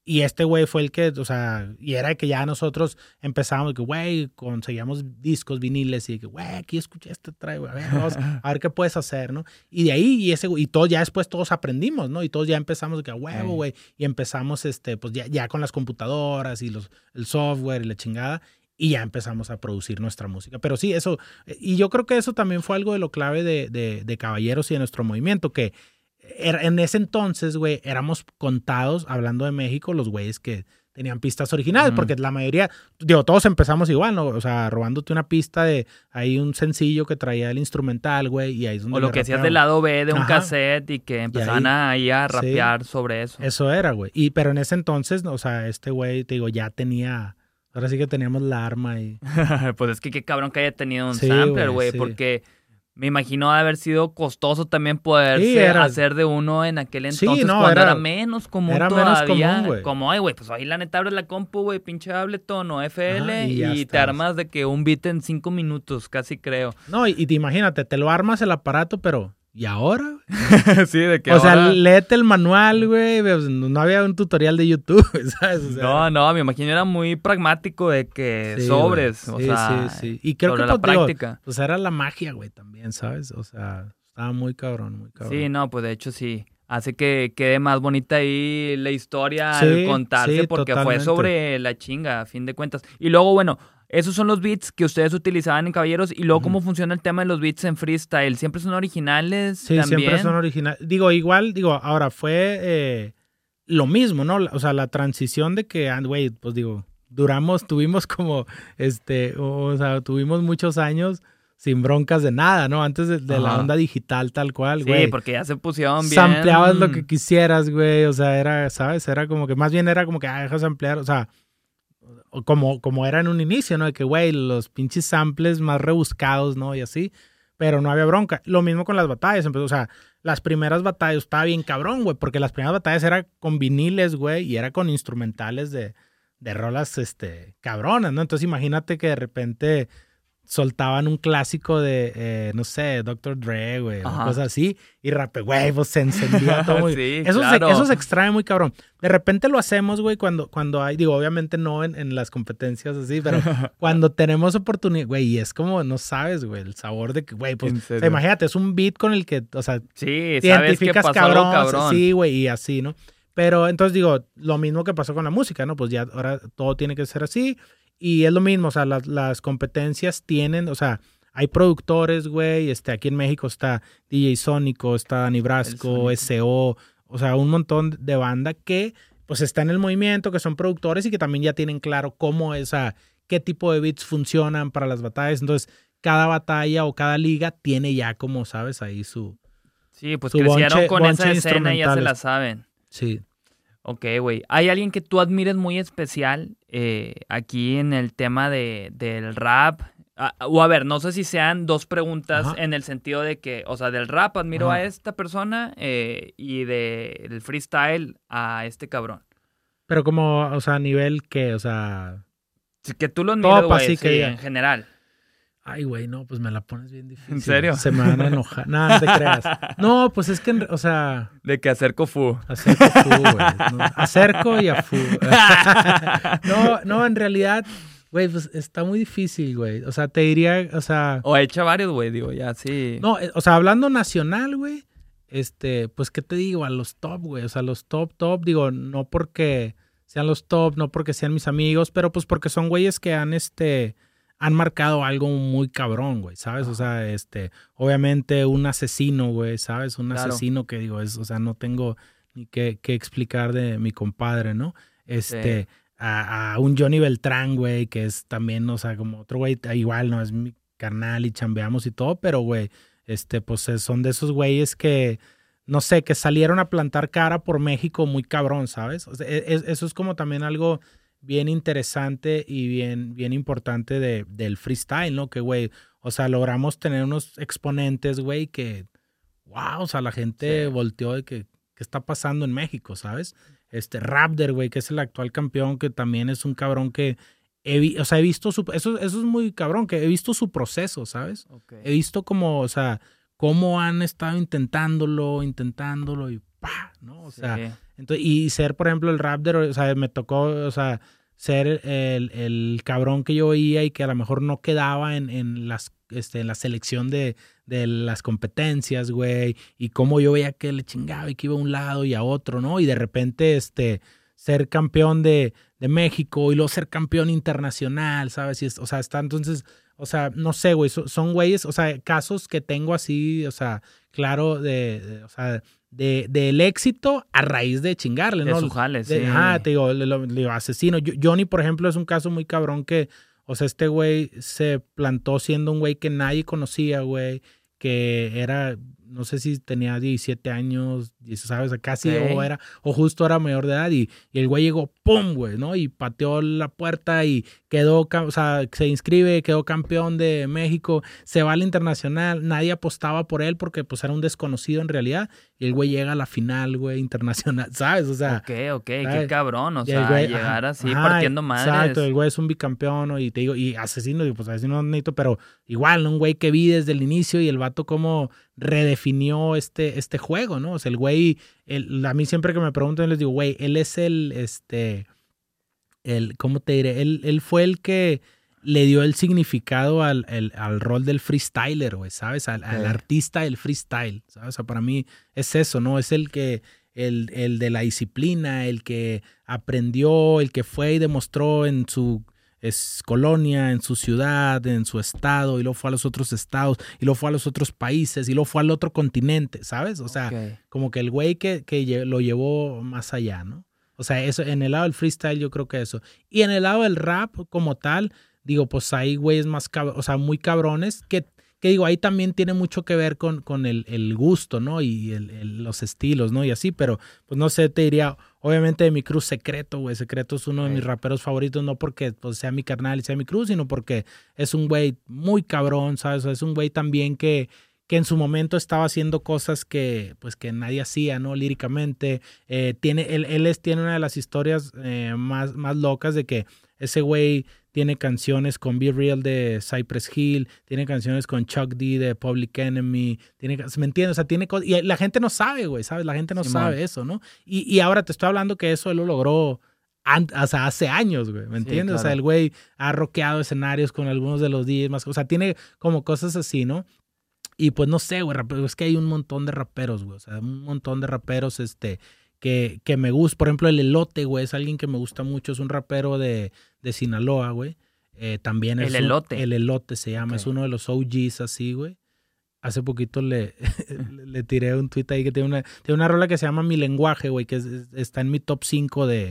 Y este güey fue el que, o sea, y era que ya nosotros empezábamos, que güey, conseguíamos discos, viniles, y que güey, aquí escuché este trae, güey, a ver qué puedes hacer, ¿no? Y de ahí, y todos ya después todos aprendimos, ¿no? Y todos ya empezamos, que a huevo, güey, y empezamos, pues ya con las computadoras y el software y la chingada, y ya empezamos a producir nuestra música. Pero sí, eso, y yo creo que eso también fue algo de lo clave de Caballeros y de nuestro movimiento, que en ese entonces, güey, éramos contados, hablando de México, los güeyes que tenían pistas originales, porque la mayoría, digo, todos empezamos igual, ¿no? O sea, robándote una pista de ahí un sencillo que traía el instrumental, güey, y ahí es donde o lo que hacías del lado B de un cassette y que empezaban ahí a rapear sobre eso. Eso era, güey. Pero en ese entonces, o sea, este güey, te digo, ya tenía, ahora sí que teníamos la arma y... Pues es que qué cabrón que haya tenido un sampler, güey, porque... Me imagino haber sido costoso también poderse hacer de uno en aquel entonces, cuando era menos común todavía. Menos común, ay, güey, pues ahí la neta abres la compu, güey, pinche Ableton o FL y te armas de que un beat en 5 minutos, casi creo. No, y te imagínate, te lo armas el aparato, pero... ¿Y ahora? Sí, de que o sea, léete el manual, güey. No había un tutorial de YouTube, ¿sabes? O sea, no, me imagino era muy pragmático de que sobres, güey. o sea, sí. Y creo sobre que la práctica. Pues era la magia, güey, también, ¿sabes? O sea, estaba muy cabrón, muy cabrón. Sí, no, pues de hecho sí. Hace que quede más bonita ahí la historia al contarse, porque totalmente. fue sobre la chinga, a fin de cuentas. Y luego, bueno, esos son los beats que ustedes utilizaban en Caballeros. Y luego, ¿cómo funciona el tema de los beats en freestyle? ¿Siempre son originales? Sí, también? Siempre son originales. Ahora fue lo mismo, ¿no? O sea, la transición de que, güey, pues digo, tuvimos como, tuvimos muchos años sin broncas de nada, ¿no? Antes de la onda digital tal cual, güey. Sí, porque ya se pusieron bien... Sampleabas lo que quisieras, güey. O sea, era, ¿sabes? Era como que, más bien era como que, dejas samplear, o sea... Como era en un inicio, ¿no? De que, güey, los pinches samples más rebuscados, ¿no? Y así, pero no había bronca. Lo mismo con las batallas, o sea, las primeras batallas estaba bien cabrón, güey, porque las primeras batallas era con viniles, güey, y era con instrumentales de rolas, cabronas, ¿no? Entonces imagínate que de repente soltaban un clásico de, no sé, Dr. Dre, güey, o cosas así, y güey, pues se encendía todo muy... Sí, eso se extrae muy cabrón. De repente lo hacemos, güey, cuando hay, digo, obviamente no en las competencias así, pero cuando tenemos oportunidad, güey, y es como, no sabes, güey, el sabor de que, güey, pues, o sea, imagínate, es un beat con el que, o sea, sí, te identificas cabrón, sí, güey, y así, ¿no? Pero entonces digo, lo mismo que pasó con la música, ¿no? Pues ya ahora todo tiene que ser así. Y es lo mismo, o sea, las competencias tienen, o sea, hay productores, güey, aquí en México está DJ Sónico, está Dani Brasco, SO, o sea, un montón de banda que, pues, está en el movimiento, que son productores y que también ya tienen claro cómo es, qué tipo de beats funcionan para las batallas. Entonces, cada batalla o cada liga tiene ya como, ¿sabes? Ahí su... Sí, pues crecieron con esa escena y ya se la saben. Sí. Ok, güey. ¿Hay alguien que tú admires muy especial aquí en el tema del rap? O a ver, no sé si sean dos preguntas en el sentido de que, o sea, del rap admiro a esta persona y del freestyle a este cabrón. Pero como, o sea, a nivel que, o sea... Que tú lo admiras, güey, sí, en general. Ay, güey, no, pues me la pones bien difícil. ¿En serio? Se me van a enojar. No, no te creas. No, pues es que, o sea... De que acerco fu. Acerco fu, güey. No, acerco y a fu. No, en realidad, güey, pues está muy difícil, güey. O sea, te diría, o sea... O echa varios, güey, digo, ya, sí. No, o sea, hablando nacional, güey, pues, ¿qué te digo? A los top, güey. O sea, los top, digo, no porque sean los top, no porque sean mis amigos, pero pues porque son güeyes que han marcado algo muy cabrón, güey, ¿sabes? O sea, obviamente un asesino, güey, ¿sabes? Un asesino que digo, o sea, no tengo ni qué explicar de mi compadre, ¿no? Sí. A un Johnny Beltrán, güey, que es también, o sea, como otro güey, igual, no es mi carnal y chambeamos y todo, pero, güey, pues son de esos güeyes que, no sé, que salieron a plantar cara por México muy cabrón, ¿sabes? O sea, eso es como también algo bien interesante y bien importante del freestyle, ¿no? Que, güey, o sea, logramos tener unos exponentes, güey, que, wow, o sea, la gente volteó de que, ¿qué está pasando en México, sabes? Raptor, güey, que es el actual campeón, que también es un cabrón que, he visto eso es muy cabrón, que he visto su proceso, ¿sabes? Okay. He visto como, o sea, cómo han estado intentándolo y ¡pah! ¿No? O sea, Entonces, y ser, por ejemplo, el rap o sea, me tocó, o sea, ser el cabrón que yo oía y que a lo mejor no quedaba en la selección de las competencias, güey, y cómo yo veía que le chingaba y que iba a un lado y a otro, ¿no? Y de repente, ser campeón de México y luego ser campeón internacional, ¿sabes? O sea, está entonces, o sea, no sé, güey, son güeyes, o sea, casos que tengo así, o sea, claro, o sea, del éxito a raíz de chingarle, ¿no? De su jale, sí. Ajá, te digo, le digo, asesino. Johnny, por ejemplo, es un caso muy cabrón que, o sea, este güey se plantó siendo un güey que nadie conocía, güey, que era, no sé si tenía 17 años, ¿sabes? Casi, Okay. o justo era mayor de edad, y el güey llegó, ¡pum!, güey, ¿no? Y pateó la puerta y quedó, o sea, se inscribe, quedó campeón de México, se va al internacional, nadie apostaba por él porque, pues, era un desconocido en realidad, y el güey llega a la final, güey, internacional, ¿sabes? O sea, Ok, ¿sabes? qué cabrón, o Y sea, güey, llegar así ajá, partiendo madres. exacto, el güey es un bicampeón, ¿no? Y te digo, y asesino, y pues asesino no necesito, pero igual, ¿no? Un güey que vi desde el inicio y el vato como redefinió este juego, ¿no? O sea, el güey, a mí siempre que me preguntan les digo, güey, él es ¿cómo te diré? Él fue el que le dio el significado al rol del freestyler, güey, ¿sabes? Al artista del freestyle, ¿sabes? O sea, para mí es eso, ¿no? Es el de la disciplina, el que aprendió, el que fue y demostró en su colonia, en su ciudad, en su estado, y luego fue a los otros estados, y luego fue a los otros países, y luego fue al otro continente, ¿sabes? O sea, como que el güey que lo llevó más allá, ¿no? O sea, eso, en el lado del freestyle yo creo que eso. Y en el lado del rap como tal, digo, pues hay güeyes más, o sea, muy cabrones, que digo, ahí también tiene mucho que ver con el gusto, ¿no? Y los estilos, ¿no? Y así, pero pues no sé, te diría, obviamente de mi cruz Secreto, güey. Secreto es uno de mis raperos favoritos, no porque pues, sea mi carnal y sea mi cruz, sino porque es un güey muy cabrón, ¿sabes? O sea, es un güey también que en su momento estaba haciendo cosas que pues que nadie hacía, ¿no? Líricamente. Él tiene una de las historias más locas de que ese güey tiene canciones con Be Real de Cypress Hill, tiene canciones con Chuck D de Public Enemy, ¿me entiendes? O sea, tiene cosas, y la gente no sabe, güey, ¿sabes? La gente no sabe eso, ¿no? Y ahora te estoy hablando que eso él lo logró o sea, hace años, güey, ¿me entiendes? Claro. O sea, el güey ha rockeado escenarios con algunos de los DJs más, o sea, tiene como cosas así, ¿no? Y pues no sé, güey, es que hay un montón de raperos, güey, o sea, un montón de raperos, que me gusta. Por ejemplo, el Elote, güey, es alguien que me gusta mucho, es un rapero de Sinaloa, güey. También es el Elote. El Elote se llama, es uno de los OGs así, güey. Hace poquito le tiré un tweet ahí que tiene una rola que se llama Mi Lenguaje, güey, que está en mi top 5 de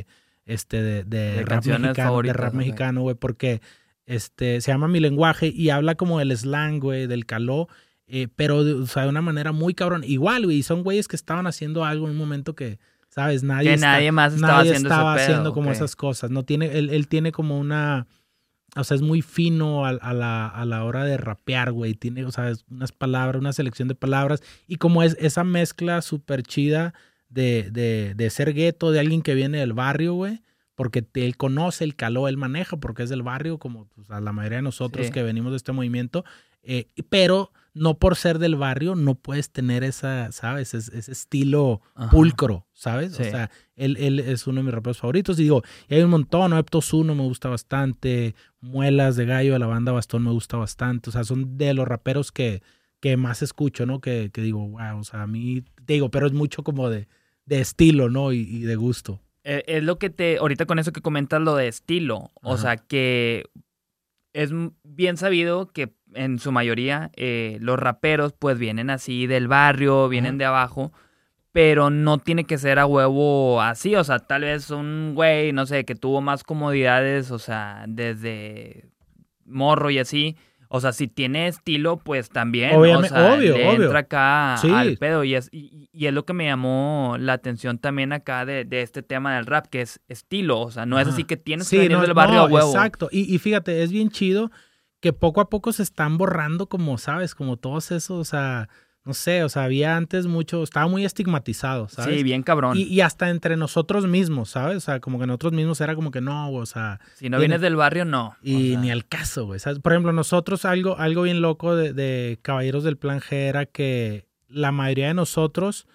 rap mexicano, mexicano, güey, porque se llama Mi Lenguaje y habla como del slang, güey, del caló, pero o sea, de una manera muy cabrón. Igual, güey, son güeyes que estaban haciendo algo en un momento que, ¿sabes? Nadie más estaba haciendo como esas cosas. No tiene, él tiene como una, o sea, es muy fino a la hora de rapear, güey. Tiene, o sea, unas palabras, una selección de palabras. Y como es esa mezcla súper chida de ser gueto, de alguien que viene del barrio, güey. Porque él conoce el caló, él maneja, porque es del barrio, como pues, a la mayoría de nosotros que venimos de este movimiento. Pero no por ser del barrio no puedes tener esa, ¿sabes? Ese estilo pulcro, ¿sabes? Sí. O sea, él es uno de mis raperos favoritos. Y digo, y hay un montón, ¿no? Eptos 1 me gusta bastante, Muelas de Gallo de la banda Bastón me gusta bastante. O sea, son de los raperos que más escucho, ¿no? Que digo, wow, o sea, a mí, digo, pero es mucho como de estilo, ¿no? Y de gusto. Es lo que ahorita con eso que comentas, lo de estilo. O sea, que es bien sabido que en su mayoría los raperos pues vienen así del barrio, vienen de abajo, pero no tiene que ser a huevo así. O sea, tal vez un güey, no sé, que tuvo más comodidades, o sea, desde morro y así. O sea, si tiene estilo, pues también, obviamente, o sea, obvio. entra acá al pedo. Y es lo que me llamó la atención también acá de este tema del rap, que es estilo. O sea, no es así que tienes que venir del barrio a huevo. Exacto. Y fíjate, es bien chido que poco a poco se están borrando como, ¿sabes? Como todos esos, o sea, no sé, o sea, había antes mucho, estaba muy estigmatizado, ¿sabes? Sí, bien cabrón. Y hasta entre nosotros mismos, ¿sabes? O sea, como que nosotros mismos era como que no, o sea... Si no vienes del barrio, no. Y ni al caso, güey, ¿sabes? Por ejemplo, nosotros algo bien loco de Caballeros del Plan G era que la mayoría de nosotros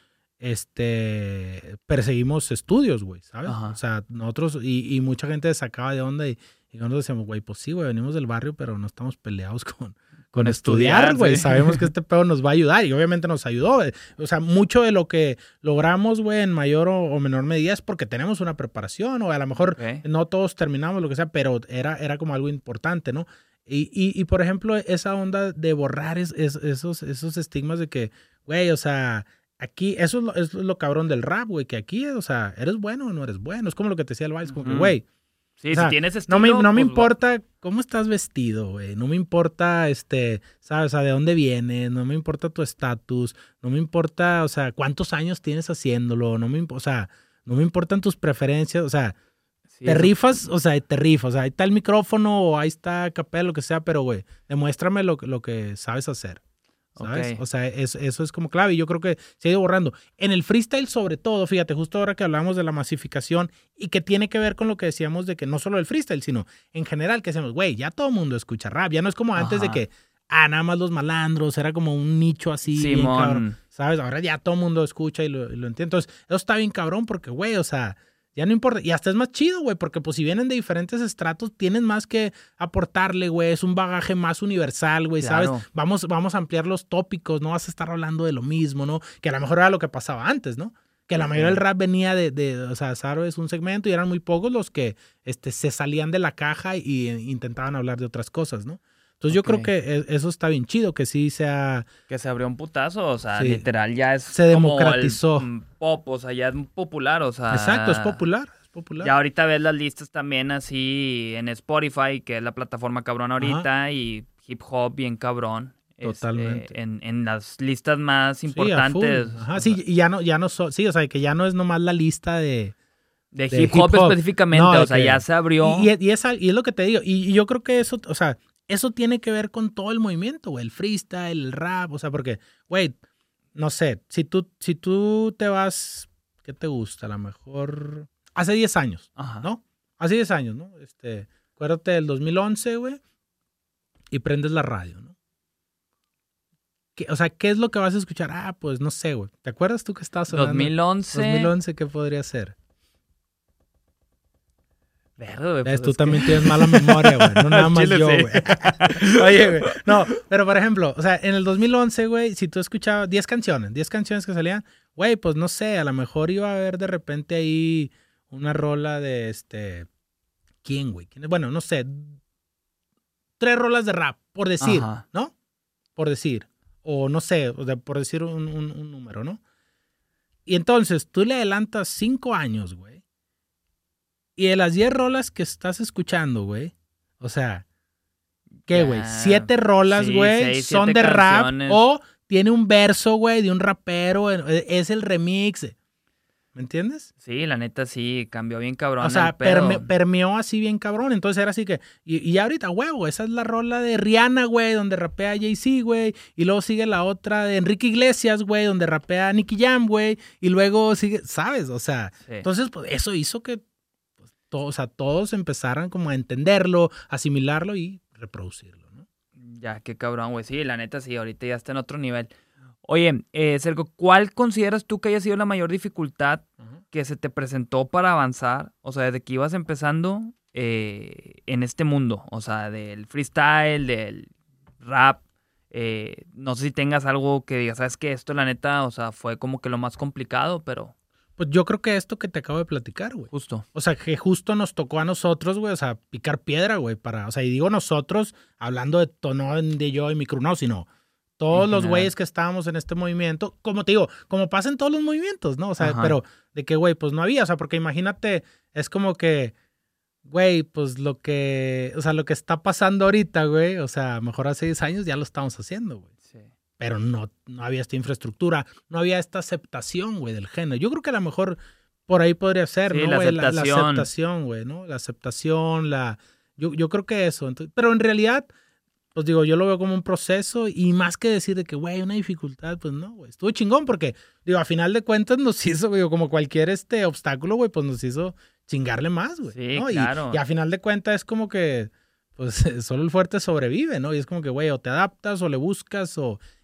perseguimos estudios, güey, ¿sabes? Ajá. O sea, nosotros, y mucha gente sacaba de onda y nosotros decíamos, güey, pues sí, güey, venimos del barrio, pero no estamos peleados con estudiar, güey. Sí. Sabemos que este pedo nos va a ayudar y obviamente nos ayudó. O sea, mucho de lo que logramos, güey, en mayor o menor medida es porque tenemos una preparación o a lo mejor no todos terminamos, lo que sea, pero era como algo importante, ¿no? Y por ejemplo, esa onda de borrar esos estigmas de que, güey, o sea, aquí, eso es lo cabrón del rap, güey, que aquí, o sea, ¿eres bueno o no eres bueno? Es como lo que te decía el Vice, como que, güey. Sí, O sea, si tienes estilo, no me pues, importa cómo estás vestido, güey. No me importa, ¿sabes? O sea, de dónde vienes. No me importa tu estatus. No me importa, o sea, cuántos años tienes haciéndolo. O sea, no me importan tus preferencias. O sea, sí, te rifas, o sea, te rifas. O sea, ahí está el micrófono o ahí está capela, lo que sea, pero, güey, demuéstrame lo que sabes hacer. ¿Sabes? Ok. O sea, eso es como clave y yo creo que se ha ido borrando. En el freestyle sobre todo, fíjate, justo ahora que hablamos de la masificación y que tiene que ver con lo que decíamos de que no solo el freestyle, sino en general que decíamos, güey, ya todo el mundo escucha rap, ya no es como antes de que, nada más los malandros, era como un nicho así, bien cabrón, ¿sabes? Ahora ya todo el mundo escucha y lo entiende. Entonces, eso está bien cabrón porque, güey, o sea, ya no importa. Y hasta es más chido, güey, porque pues si vienen de diferentes estratos, tienen más que aportarle, güey. Es un bagaje más universal, güey, ¿sabes? Vamos a ampliar los tópicos, no vas a estar hablando de lo mismo, ¿no? Que a lo mejor era lo que pasaba antes, ¿no? Que la mayoría del rap venía o sea, ¿sabes? Un segmento y eran muy pocos los que se salían de la caja y intentaban hablar de otras cosas, ¿no? Entonces yo creo que eso está bien chido, que sí sea... Que se abrió un putazo, o sea, literal ya es se democratizó. Como el pop, o sea, ya es popular, o sea... Exacto, es popular. Ya ahorita ves las listas también así en Spotify, que es la plataforma cabrón ahorita, y hip hop bien cabrón. Totalmente. En las listas más importantes. Sí, ajá, sí, y ya no sí, o sea, que ya no es nomás la lista de hip hop específicamente, no, o sea, ya se abrió. Y es lo que te digo, y yo creo que eso, o sea, eso tiene que ver con todo el movimiento, güey, el freestyle, el rap, o sea, porque, güey, no sé, si tú te vas, ¿qué te gusta? A lo mejor hace 10 años, ¿no? Hace 10 años, ¿no? Acuérdate del 2011, güey, y prendes la radio, ¿no? O sea, ¿qué es lo que vas a escuchar? Pues no sé, güey. ¿Te acuerdas tú que estabas sonando? 2011, ¿qué podría ser? Verde, güey. Tú también tienes mala memoria, güey. No nada más yo, güey. Oye, güey. No, pero por ejemplo, o sea, en el 2011, güey, si tú escuchabas 10 canciones que salían, güey, pues no sé, a lo mejor iba a haber de repente ahí una rola de ¿quién, güey? Bueno, no sé. 3 rolas de rap, por decir, ¿no? Por decir. O no sé, o sea, por decir un número, ¿no? Y entonces tú le adelantas 5 años, güey. Y de las 10 rolas que estás escuchando, güey, o sea, ¿qué, güey? 7 rolas, güey, son de rap o tiene un verso, güey, de un rapero, es el remix. ¿Me entiendes? Sí, la neta sí, cambió bien cabrón. O sea, permeó así bien cabrón. Entonces era así que... Y ahorita, huevo, esa es la rola de Rihanna, güey, donde rapea Jay-Z, güey. Y luego sigue la otra de Enrique Iglesias, güey, donde rapea Nicky Jam, güey. Y luego sigue, ¿sabes? O sea, entonces pues eso hizo que todos empezaran como a entenderlo, asimilarlo y reproducirlo, ¿no? Ya, qué cabrón, güey. Sí, la neta sí, ahorita ya está en otro nivel. Oye, Sergio, ¿cuál consideras tú que haya sido la mayor dificultad que se te presentó para avanzar? O sea, desde que ibas empezando en este mundo, o sea, del freestyle, del rap. No sé si tengas algo que digas, ¿sabes qué? Esto, la neta, o sea, fue como que lo más complicado, pero... Pues yo creo que esto que te acabo de platicar, güey. Justo. O sea, que justo nos tocó a nosotros, güey, o sea, picar piedra, güey, o sea, y digo nosotros, hablando no de yo y mi crew, no, sino... Todos los güeyes que estábamos en este movimiento, como te digo, como pasa en todos los movimientos, ¿no? O sea, pero de que, güey, pues no había, o sea, porque imagínate, es como que, güey, pues lo que está pasando ahorita, güey, o sea, mejor hace 10 años ya lo estamos haciendo, güey. Sí. Pero no había esta infraestructura, no había esta aceptación, güey, del género. Yo creo que a lo mejor por ahí podría ser, ¿no, güey? La aceptación, güey, ¿no? La aceptación, yo creo que eso. Entonces, pero en realidad... Pues digo, yo lo veo como un proceso y más que decir de que, güey, una dificultad, pues no, güey. Estuvo chingón porque, digo, a final de cuentas nos hizo, güey, como cualquier obstáculo, güey, pues nos hizo chingarle más, güey. Sí, ¿no? claro. Y a final de cuentas es como que, pues, solo el fuerte sobrevive, ¿no? Y es como que, güey, o te adaptas o le buscas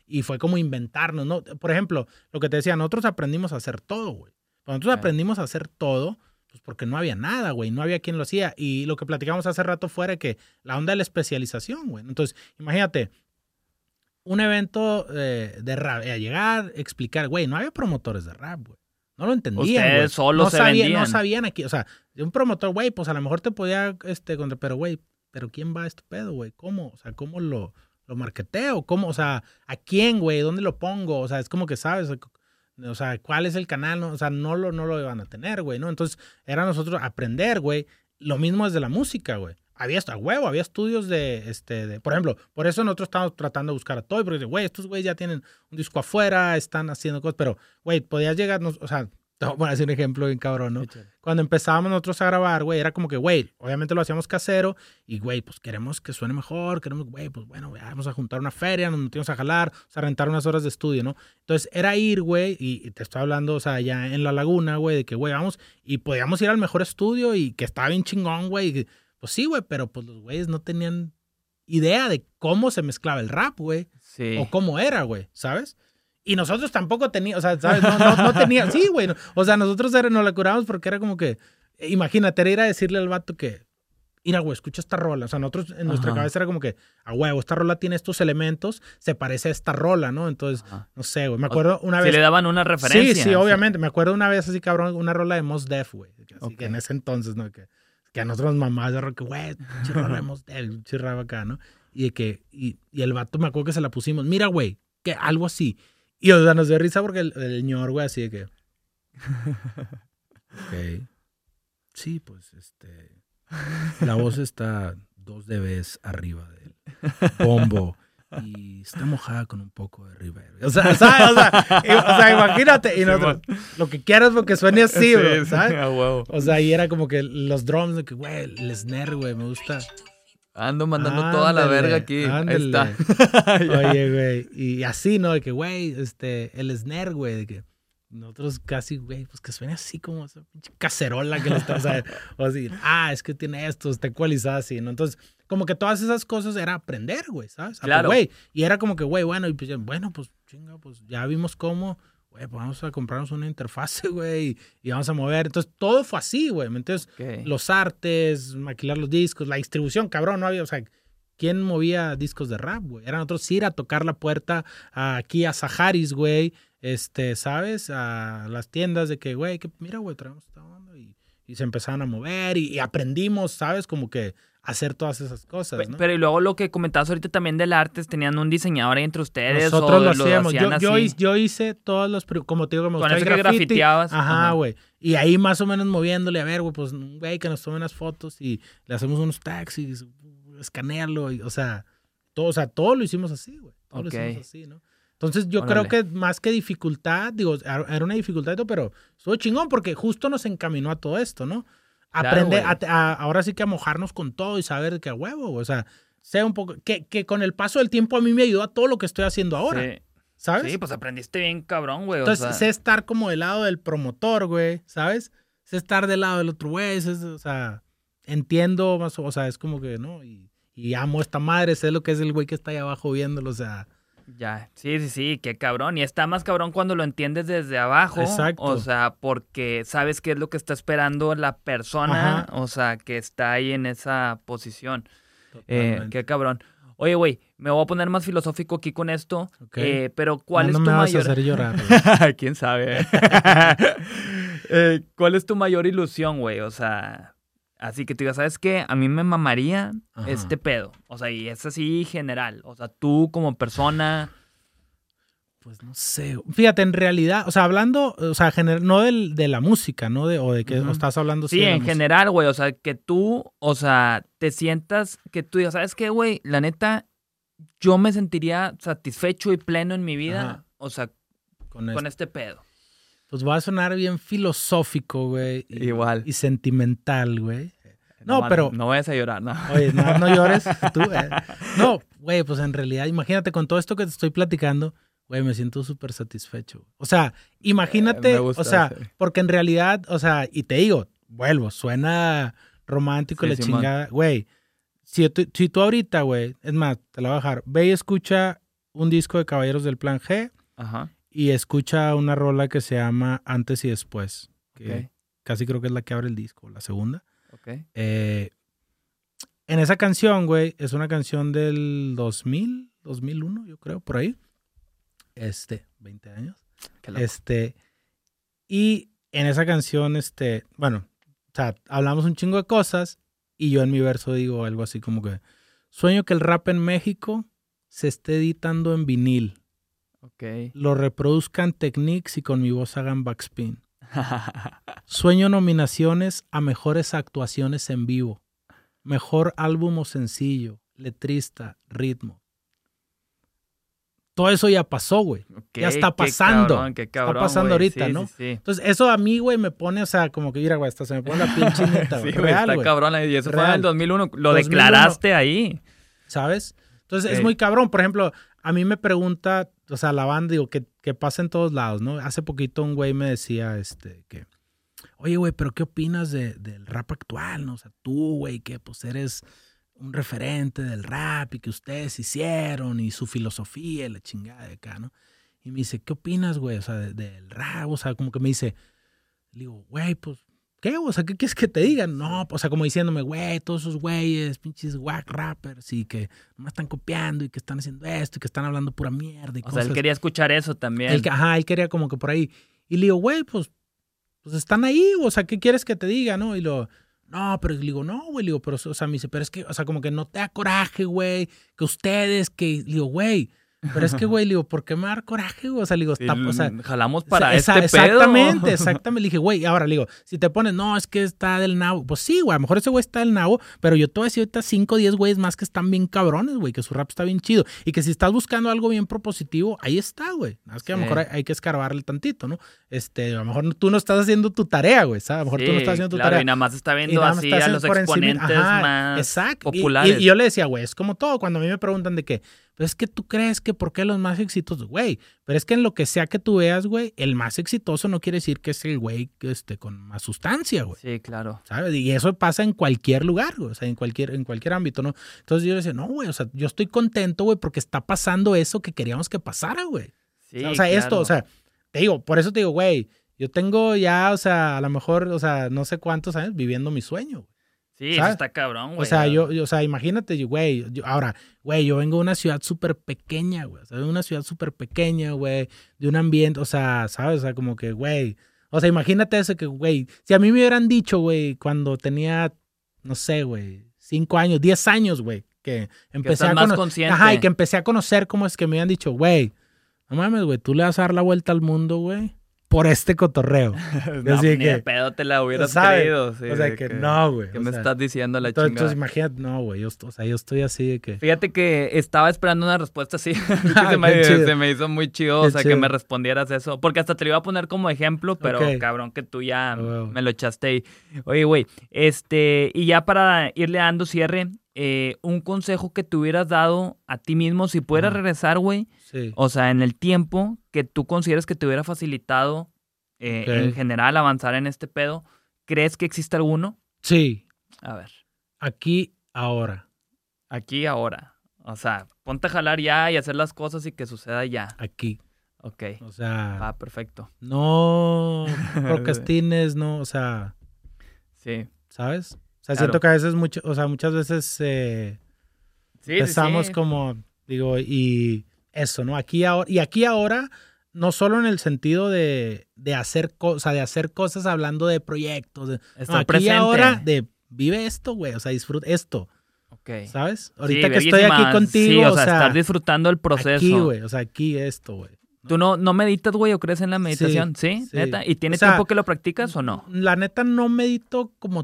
y fue como inventarnos, ¿no? Por ejemplo, lo que te decía, nosotros aprendimos a hacer todo, güey. Cuando nosotros aprendimos a hacer todo, pues porque no había nada, güey, no había quien lo hacía. Y lo que platicamos hace rato fuera que la onda de la especialización, güey. Entonces, imagínate, un evento de rap, a llegar, explicar, güey, no había promotores de rap, güey. No lo entendían, güey. Ustedes solo no se vendían. No sabían aquí, o sea, de un promotor, güey, pues a lo mejor te podía, pero güey, pero ¿quién va a este pedo, güey? ¿Cómo? O sea, ¿cómo lo marketeo? ¿Cómo? O sea, ¿a quién, güey? ¿Dónde lo pongo? O sea, es como que sabes, o sea, ¿cuál es el canal? O sea, no lo iban a tener, güey, ¿no? Entonces, era nosotros aprender, güey. Lo mismo desde la música, güey. Había estudios por ejemplo, por eso nosotros estamos tratando de buscar a Toy, porque, güey, estos güeyes ya tienen un disco afuera, están haciendo cosas, pero, güey, podías llegar, o sea, te voy a hacer un ejemplo bien cabrón, ¿no? Cuando empezábamos nosotros a grabar, güey, era como que, güey, obviamente lo hacíamos casero y, güey, pues queremos que suene mejor, güey, pues bueno, vamos a juntar una feria, nos metimos a jalar, o sea, rentar unas horas de estudio, ¿no? Entonces era ir, güey, y te estoy hablando, o sea, ya en La Laguna, güey, de que, güey, vamos, y podíamos ir al mejor estudio y que estaba bien chingón, güey, pues sí, güey, pero pues los güeyes no tenían idea de cómo se mezclaba el rap, güey, Sí. o cómo era, güey, ¿sabes? Y nosotros tampoco teníamos, o sea, ¿sabes? No teníamos, sí, güey. O sea, nosotros nos la curábamos porque era como que, imagínate, era ir a decirle al vato que, mira, güey, escucha esta rola. O sea, nosotros en nuestra cabeza era como que, a huevo, esta rola tiene estos elementos, se parece a esta rola, ¿no? Entonces, no sé, güey. Me acuerdo una vez. Si le daban una referencia. Sí, obviamente. Me acuerdo una vez así, cabrón, una rola de Mos Def, güey. Así que en ese entonces, ¿no? Que a nosotros mamás, que, güey, rola de Mos Def, chirraba acá, ¿no? Y el vato me acuerdo que se la pusimos. Mira, güey, que algo así. Y, o sea, nos dio risa porque el ñor, güey, así de que... Ok. Sí, pues, la voz está 2 dBs arriba del bombo y está mojada con un poco de reverb. O sea, imagínate. Y nosotros, lo que quieras porque suene así, güey, ¿sabes? O sea, y era como que los drums de que, güey, el snare, güey, me gusta... Ando mandando toda la verga aquí. Ándale. Ahí está. Oye, güey. Y así, ¿no? De que, güey, el snare, güey, de que nosotros casi, güey, pues que suene así como esa pinche cacerola que le estás o así, es que tiene esto, está ecualizado así, ¿no? Entonces, como que todas esas cosas era aprender, güey, ¿sabes? Claro. Güey, y era como que, güey, bueno, y pues, chinga, pues ya vimos cómo... Güey, pues vamos a comprarnos una interfase, güey, y vamos a mover. Entonces, todo fue así, güey. Entonces, los artes, maquilar los discos, la distribución, cabrón, no había, o sea, ¿quién movía discos de rap, güey? Eran otros ir a tocar la puerta aquí a Saharis, güey, ¿sabes? A las tiendas de que, güey, que mira, güey, traemos esta onda y se empezaron a mover y aprendimos, ¿sabes? Como que hacer todas esas cosas, ¿no? Pero y luego lo que comentabas ahorita también del arte, tenían un diseñador ahí entre ustedes. Nosotros lo hacíamos. Yo hice todos los, como te digo, me con gustaba eso el que graffiti. grafiteabas. Ajá, güey. Y ahí más o menos moviéndole, a ver, güey, pues, güey, que nos tomen las fotos y le hacemos unos taxis, escanearlo, o sea, todo lo hicimos así, güey. Todo lo hicimos así, ¿no? Entonces yo creo que más que dificultad, digo, era una dificultad, pero estuvo chingón porque justo nos encaminó a todo esto, ¿no? Aprender, ahora sí que a mojarnos con todo y saber que a huevo, o sea, sea un poco, que con el paso del tiempo a mí me ayudó a todo lo que estoy haciendo ahora, ¿sabes? Sí, pues aprendiste bien cabrón, güey. Entonces, sé estar como del lado del promotor, güey, ¿sabes? Sé estar del lado del otro güey, o sea, entiendo más, o sea, es como que, ¿no? Y amo esta madre, sé lo que es el güey que está ahí abajo viéndolo, o sea... Ya, sí, qué cabrón. Y está más cabrón cuando lo entiendes desde abajo. Exacto. O sea, porque sabes qué es lo que está esperando la persona, o sea, que está ahí en esa posición. Qué cabrón. Oye, güey, me voy a poner más filosófico aquí con esto, pero ¿cuál es tu mayor... No me vas a hacer llorar. ¿Quién sabe? ¿Cuál es tu mayor ilusión, güey? O sea... Así que tú digas, ¿sabes qué? A mí me mamaría este pedo. O sea, y es así general. O sea, tú como persona... Pues no sé. Fíjate, en realidad, o sea, hablando, o sea, no de la música, ¿no? O de que estás hablando... Sí, en general, güey. O sea, que tú, o sea, te sientas, que tú digas, ¿sabes qué, güey? La neta, yo me sentiría satisfecho y pleno en mi vida, o sea, con este pedo. Pues va a sonar bien filosófico, güey. Igual. Y sentimental, güey. No, pero... No vayas a llorar, no. Oye, no llores tú, No, güey, pues en realidad, imagínate, con todo esto que te estoy platicando, güey, me siento súper satisfecho. O sea, imagínate, o sea, porque en realidad, o sea, y te digo, suena romántico la chingada. Güey, si tú ahorita, güey, es más, te la voy a dejar, ve y escucha un disco de Caballeros del Plan G Ajá. y escucha una rola que se llama Antes y Después, que Ok. casi creo que es la que abre el disco, la segunda. Ok. En esa canción, güey, es una canción del 2000, 2001, yo creo, por ahí. 20 años. Qué loco. Y en esa canción, bueno, o sea, hablamos un chingo de cosas y yo en mi verso digo algo así como que sueño que el rap en México se esté editando en vinil, Ok. lo reproduzcan Technics y con mi voz hagan backspin. Sueño nominaciones a mejores actuaciones en vivo, mejor álbum o sencillo, letrista, ritmo. Todo eso ya pasó, güey. Ok, Ya está pasando. Qué cabrón, Está pasando güey. ahorita, Sí, ¿no? Sí, sí. Entonces, eso a mí, güey, me pone, o sea, como que, mira, güey, hasta se me pone la piel chinita, güey. Sí, güey, Real, está güey. cabrón. Y eso fue en Real. el 2001. Lo 2001. declaraste ahí. ¿Sabes? Entonces, es Ok. muy cabrón. Por ejemplo, a mí me pregunta, o sea, la banda, digo, que pasa en todos lados, ¿no? Hace poquito un güey me decía, que, oye, güey, pero ¿qué opinas del rap actual, no? O sea, tú, güey, que pues eres un referente del rap y que ustedes hicieron y su filosofía y la chingada de acá, ¿no? Y me dice, ¿qué opinas, güey? O sea, del rap, o sea, como que me dice, le digo, güey, pues, ¿qué? O sea, ¿qué quieres que te digan? No, o sea, como diciéndome, güey, todos esos güeyes, pinches whack rappers y que nomás están copiando y que están haciendo esto y que están hablando pura mierda y O cosas. sea, él quería escuchar eso también. Él quería como que por ahí. Y le digo, güey, pues están ahí, o sea, ¿qué quieres que te diga, no? Y no, pero le digo, no, güey, le digo, pero, o sea, me dice, pero es que, o sea, como que no te da coraje, güey, que ustedes, que, le digo, güey, pero es que, güey, le digo, ¿por qué me da coraje, güey? O sea, le digo, está, o sea, jalamos para exactamente, pedo. exactamente. Le dije, güey, ahora le digo, si te pones, no, es que está del nabo. Pues sí, güey, a lo mejor ese güey está del nabo, pero yo te voy a decir ahorita 5 o 10 güeyes más que están bien cabrones, güey, que su rap está bien chido. Y que si estás buscando algo bien propositivo, ahí está, güey. Es que a lo mejor hay que escarbarle tantito, ¿no? A lo mejor tú no estás haciendo tu tarea, güey, ¿sabes? A lo mejor tú no estás haciendo tu tarea. Y nada más está viendo nada más así estás a los por encima. exponentes Ajá, más exacto. populares. Y yo le decía, güey, es como todo. Cuando a mí me preguntan de qué, pues es que tú crees que por qué los más exitosos, güey, pero es que en lo que sea que tú veas, güey, el más exitoso no quiere decir que es el güey con más sustancia, güey. Sí, claro. ¿Sabes? Y eso pasa en cualquier lugar, güey, o sea, en cualquier ámbito, ¿no? Entonces yo le decía, no, güey, o sea, yo estoy contento, güey, porque está pasando eso que queríamos que pasara, güey. Sí, o sea, claro. esto, o sea, te digo, por eso te digo, güey, yo tengo ya, o sea, a lo mejor, o sea, no sé cuántos años viviendo mi sueño, güey. Sí, ¿sabes? eso está cabrón, güey. O sea, o sea, imagínate, güey, ahora, güey, yo vengo de una ciudad súper pequeña, güey, o sea, de una ciudad súper pequeña, güey, de un ambiente, o sea, ¿sabes? O sea, como que, güey, o sea, imagínate eso que, güey, si a mí me hubieran dicho, güey, cuando tenía, no sé, güey, 5 años, 10 años, güey, que empecé a más consciente. Ajá, y que empecé a conocer cómo es que me habían dicho, güey, no mames, güey, tú le vas a dar la vuelta al mundo, güey, por este cotorreo. No, Así ni que, de pedo te la hubieras ¿sabes? creído. Sí, O sea, que no, güey. ¿Qué o me sea, estás diciendo la entonces chingada? imagínate, no, güey, yo estoy así de que... Fíjate que estaba esperando una respuesta así. Qué chido. Se me hizo muy chido, Qué o sea, chido. que me respondieras eso. Porque hasta te lo iba a poner como ejemplo, pero Ok. cabrón que tú ya Wow. me lo echaste ahí. Oye, güey, y ya para irle dando cierre, un consejo que te hubieras dado a ti mismo, si pudieras Ajá. regresar, güey, Sí. o sea, en el tiempo que tú consideres que te hubiera facilitado Ok. en general avanzar en este pedo, ¿crees que existe alguno? Sí, A ver, aquí, ahora. aquí, ahora. O sea, ponte a jalar ya y hacer las cosas y que suceda ya. Aquí. Ok. O sea, Perfecto. no procrastines, no, o sea, Sí. ¿sabes? O sea, Claro. siento que a veces, muchas veces Sí, pensamos sí. como, digo, y eso, ¿no? Aquí, ahora, y aquí, ahora, no solo en el sentido de hacer cosas, de hacer cosas hablando de proyectos, Estar no, aquí, presente. ahora, de vive esto, güey, o sea, disfruta esto, Ok. ¿sabes? Sí, Ahorita que estoy aquí verguísima. contigo, Sí, o sea, estar disfrutando el proceso. aquí, güey, o sea, aquí esto, güey. ¿Tú no meditas, güey, o crees en la meditación? ¿Sí? sí. ¿Neta? ¿Y tiene O sea, tiempo que lo practicas o no? La neta no medito como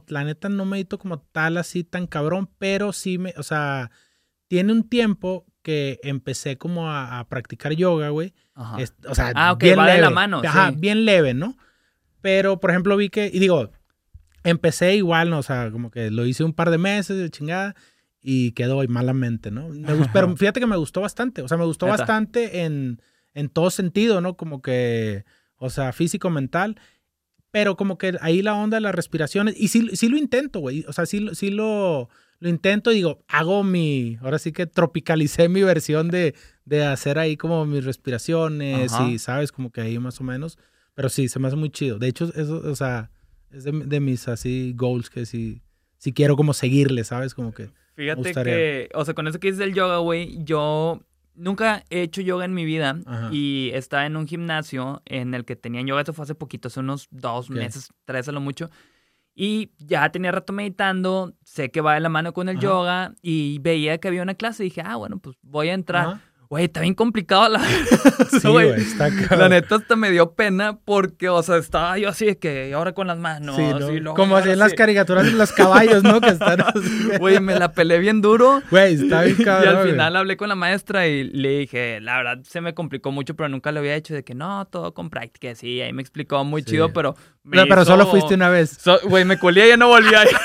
tal así tan cabrón, pero sí o sea, tiene un tiempo que empecé como a practicar yoga, güey. Ajá. O sea, Ok, bien va leve. de la mano. Ajá, Sí. bien leve, ¿no? Pero, por ejemplo, vi que, y digo, empecé igual, ¿no? O sea, como que lo hice un par de meses de chingada y quedó malamente, ¿no? Pero fíjate que me gustó bastante. O sea, me gustó Neta. bastante en todo sentido, ¿no? Como que, o sea, físico, mental. Pero como que ahí la onda de las respiraciones. Y sí lo intento, güey. O sea, sí lo lo intento y digo, ahora sí que tropicalicé mi versión de hacer ahí como mis respiraciones. Ajá. Y, ¿sabes? Como que ahí más o menos. Pero sí, se me hace muy chido. De hecho, eso, o sea, es de mis así goals que sí quiero como seguirle, ¿sabes? Como que fíjate que, o sea, con eso que dices del yoga, güey, yo nunca he hecho yoga en mi vida. Ajá. Y estaba en un gimnasio en el que tenían yoga. Eso fue hace poquito, hace unos 2 meses, 3 a lo mucho. Y ya tenía rato meditando, sé que va de la mano con el yoga y veía que había una clase y dije, bueno, pues voy a entrar. Güey, está bien complicado la... Sí, güey, está cabrón. La neta hasta me dio pena porque, o sea, estaba yo así de que ahora con las manos. Sí, ¿no? Y luego, como así en las caricaturas de los caballos, ¿no? Que están así. Güey, me la pelé bien duro. Güey, está bien cabrón. Y al final hablé con la maestra y le dije, la verdad se me complicó mucho, pero nunca lo había hecho, de que no, todo con práctica. Sí, ahí me explicó muy chido, pero... Pero solo fuiste una vez. Güey, me colé y ya no volví a ir.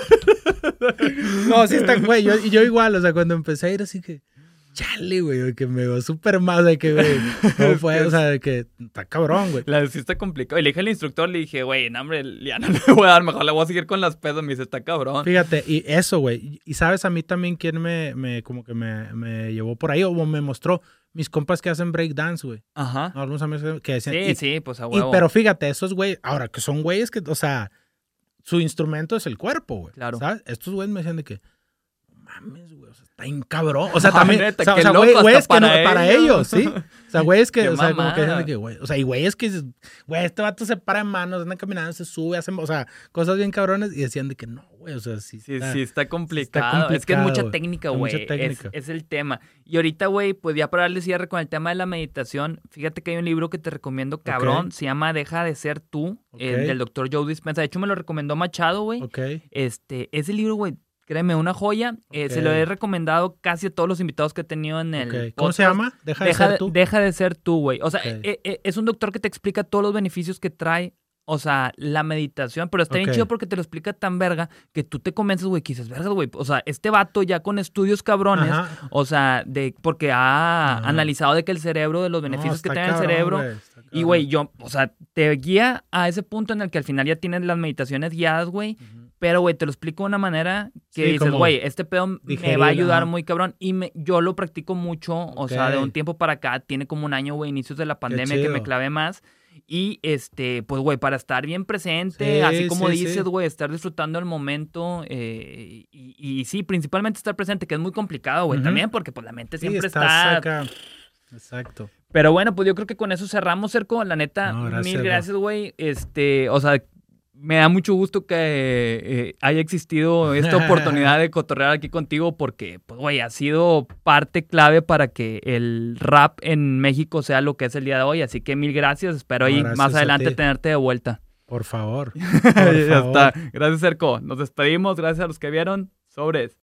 No, sí está, güey, yo igual, o sea, cuando empecé a ir así que... Chale, güey, que me va súper mal, de que, güey, no fue, o sea, de que está cabrón, güey. Sí está complicado. Y le dije al instructor, le dije, güey, no, hombre, ya no le voy a dar, mejor le voy a seguir con las pesas. Me dice, está cabrón. Fíjate, y eso, güey, y sabes a mí también quién me llevó por ahí, o me mostró mis compas que hacen breakdance, güey. Ajá. Algunos amigos que decían. Sí, pues a huevo. Pero fíjate, esos güeyes, ahora que son güeyes que, o sea, su instrumento es el cuerpo, güey. Claro. ¿Sabes? Estos güeyes me decían de que, mames, güey, o sea, está bien cabrón. O sea, también, neta, o sea güeyes que no, para ellos, ¿sí? O sea, güeyes que, qué o sea, mamada. como que dicen de que, güey, o sea, y güeyes que dices, güey, este vato se para en manos, anda caminando, se sube, hacen, o sea, cosas bien cabrones, y decían de que no, güey, o sea, sí está complicado. Es que es mucha técnica, güey. Es el tema. Y ahorita, güey, pues ya para darle cierre con el tema de la meditación, fíjate que hay un libro que te recomiendo, cabrón, se llama Deja de ser tú, del doctor Joe Dispenza. De hecho, me lo recomendó Machado, güey. Ese libro, güey, créeme, una joya. Se lo he recomendado casi a todos los invitados que he tenido en el podcast. ¿Cómo se llama? Deja de ser tú. Deja de ser tú, güey. O sea, es un doctor que te explica todos los beneficios que trae, o sea, la meditación, pero está bien chido porque te lo explica tan verga que tú te convences, güey, que dices, verga, güey. O sea, este vato ya con estudios cabrones, o sea, porque ha analizado de que el cerebro, de los beneficios que tiene el cerebro. Y, güey, o sea, te guía a ese punto en el que al final ya tienes las meditaciones guiadas, güey. Pero, güey, te lo explico de una manera que dices, güey, este pedo me va a ayudar muy cabrón. Y yo lo practico mucho, o sea, de un tiempo para acá, tiene como un año, güey, inicios de la pandemia que me clavé más. Y, pues, güey, para estar bien presente, así como dices, güey, estar disfrutando el momento. Y sí, principalmente estar presente, que es muy complicado, güey, también, porque, pues, la mente siempre está... Acá. Exacto. Pero bueno, pues yo creo que con eso cerramos, Serko. La neta, mil gracias, güey. O sea... Me da mucho gusto que haya existido esta oportunidad de cotorrear aquí contigo porque, pues, güey, ha sido parte clave para que el rap en México sea lo que es el día de hoy. Así que mil gracias. Espero ahí más adelante tenerte de vuelta. Por favor. Ya está. Gracias, Serko. Nos despedimos. Gracias a los que vieron. Sobres.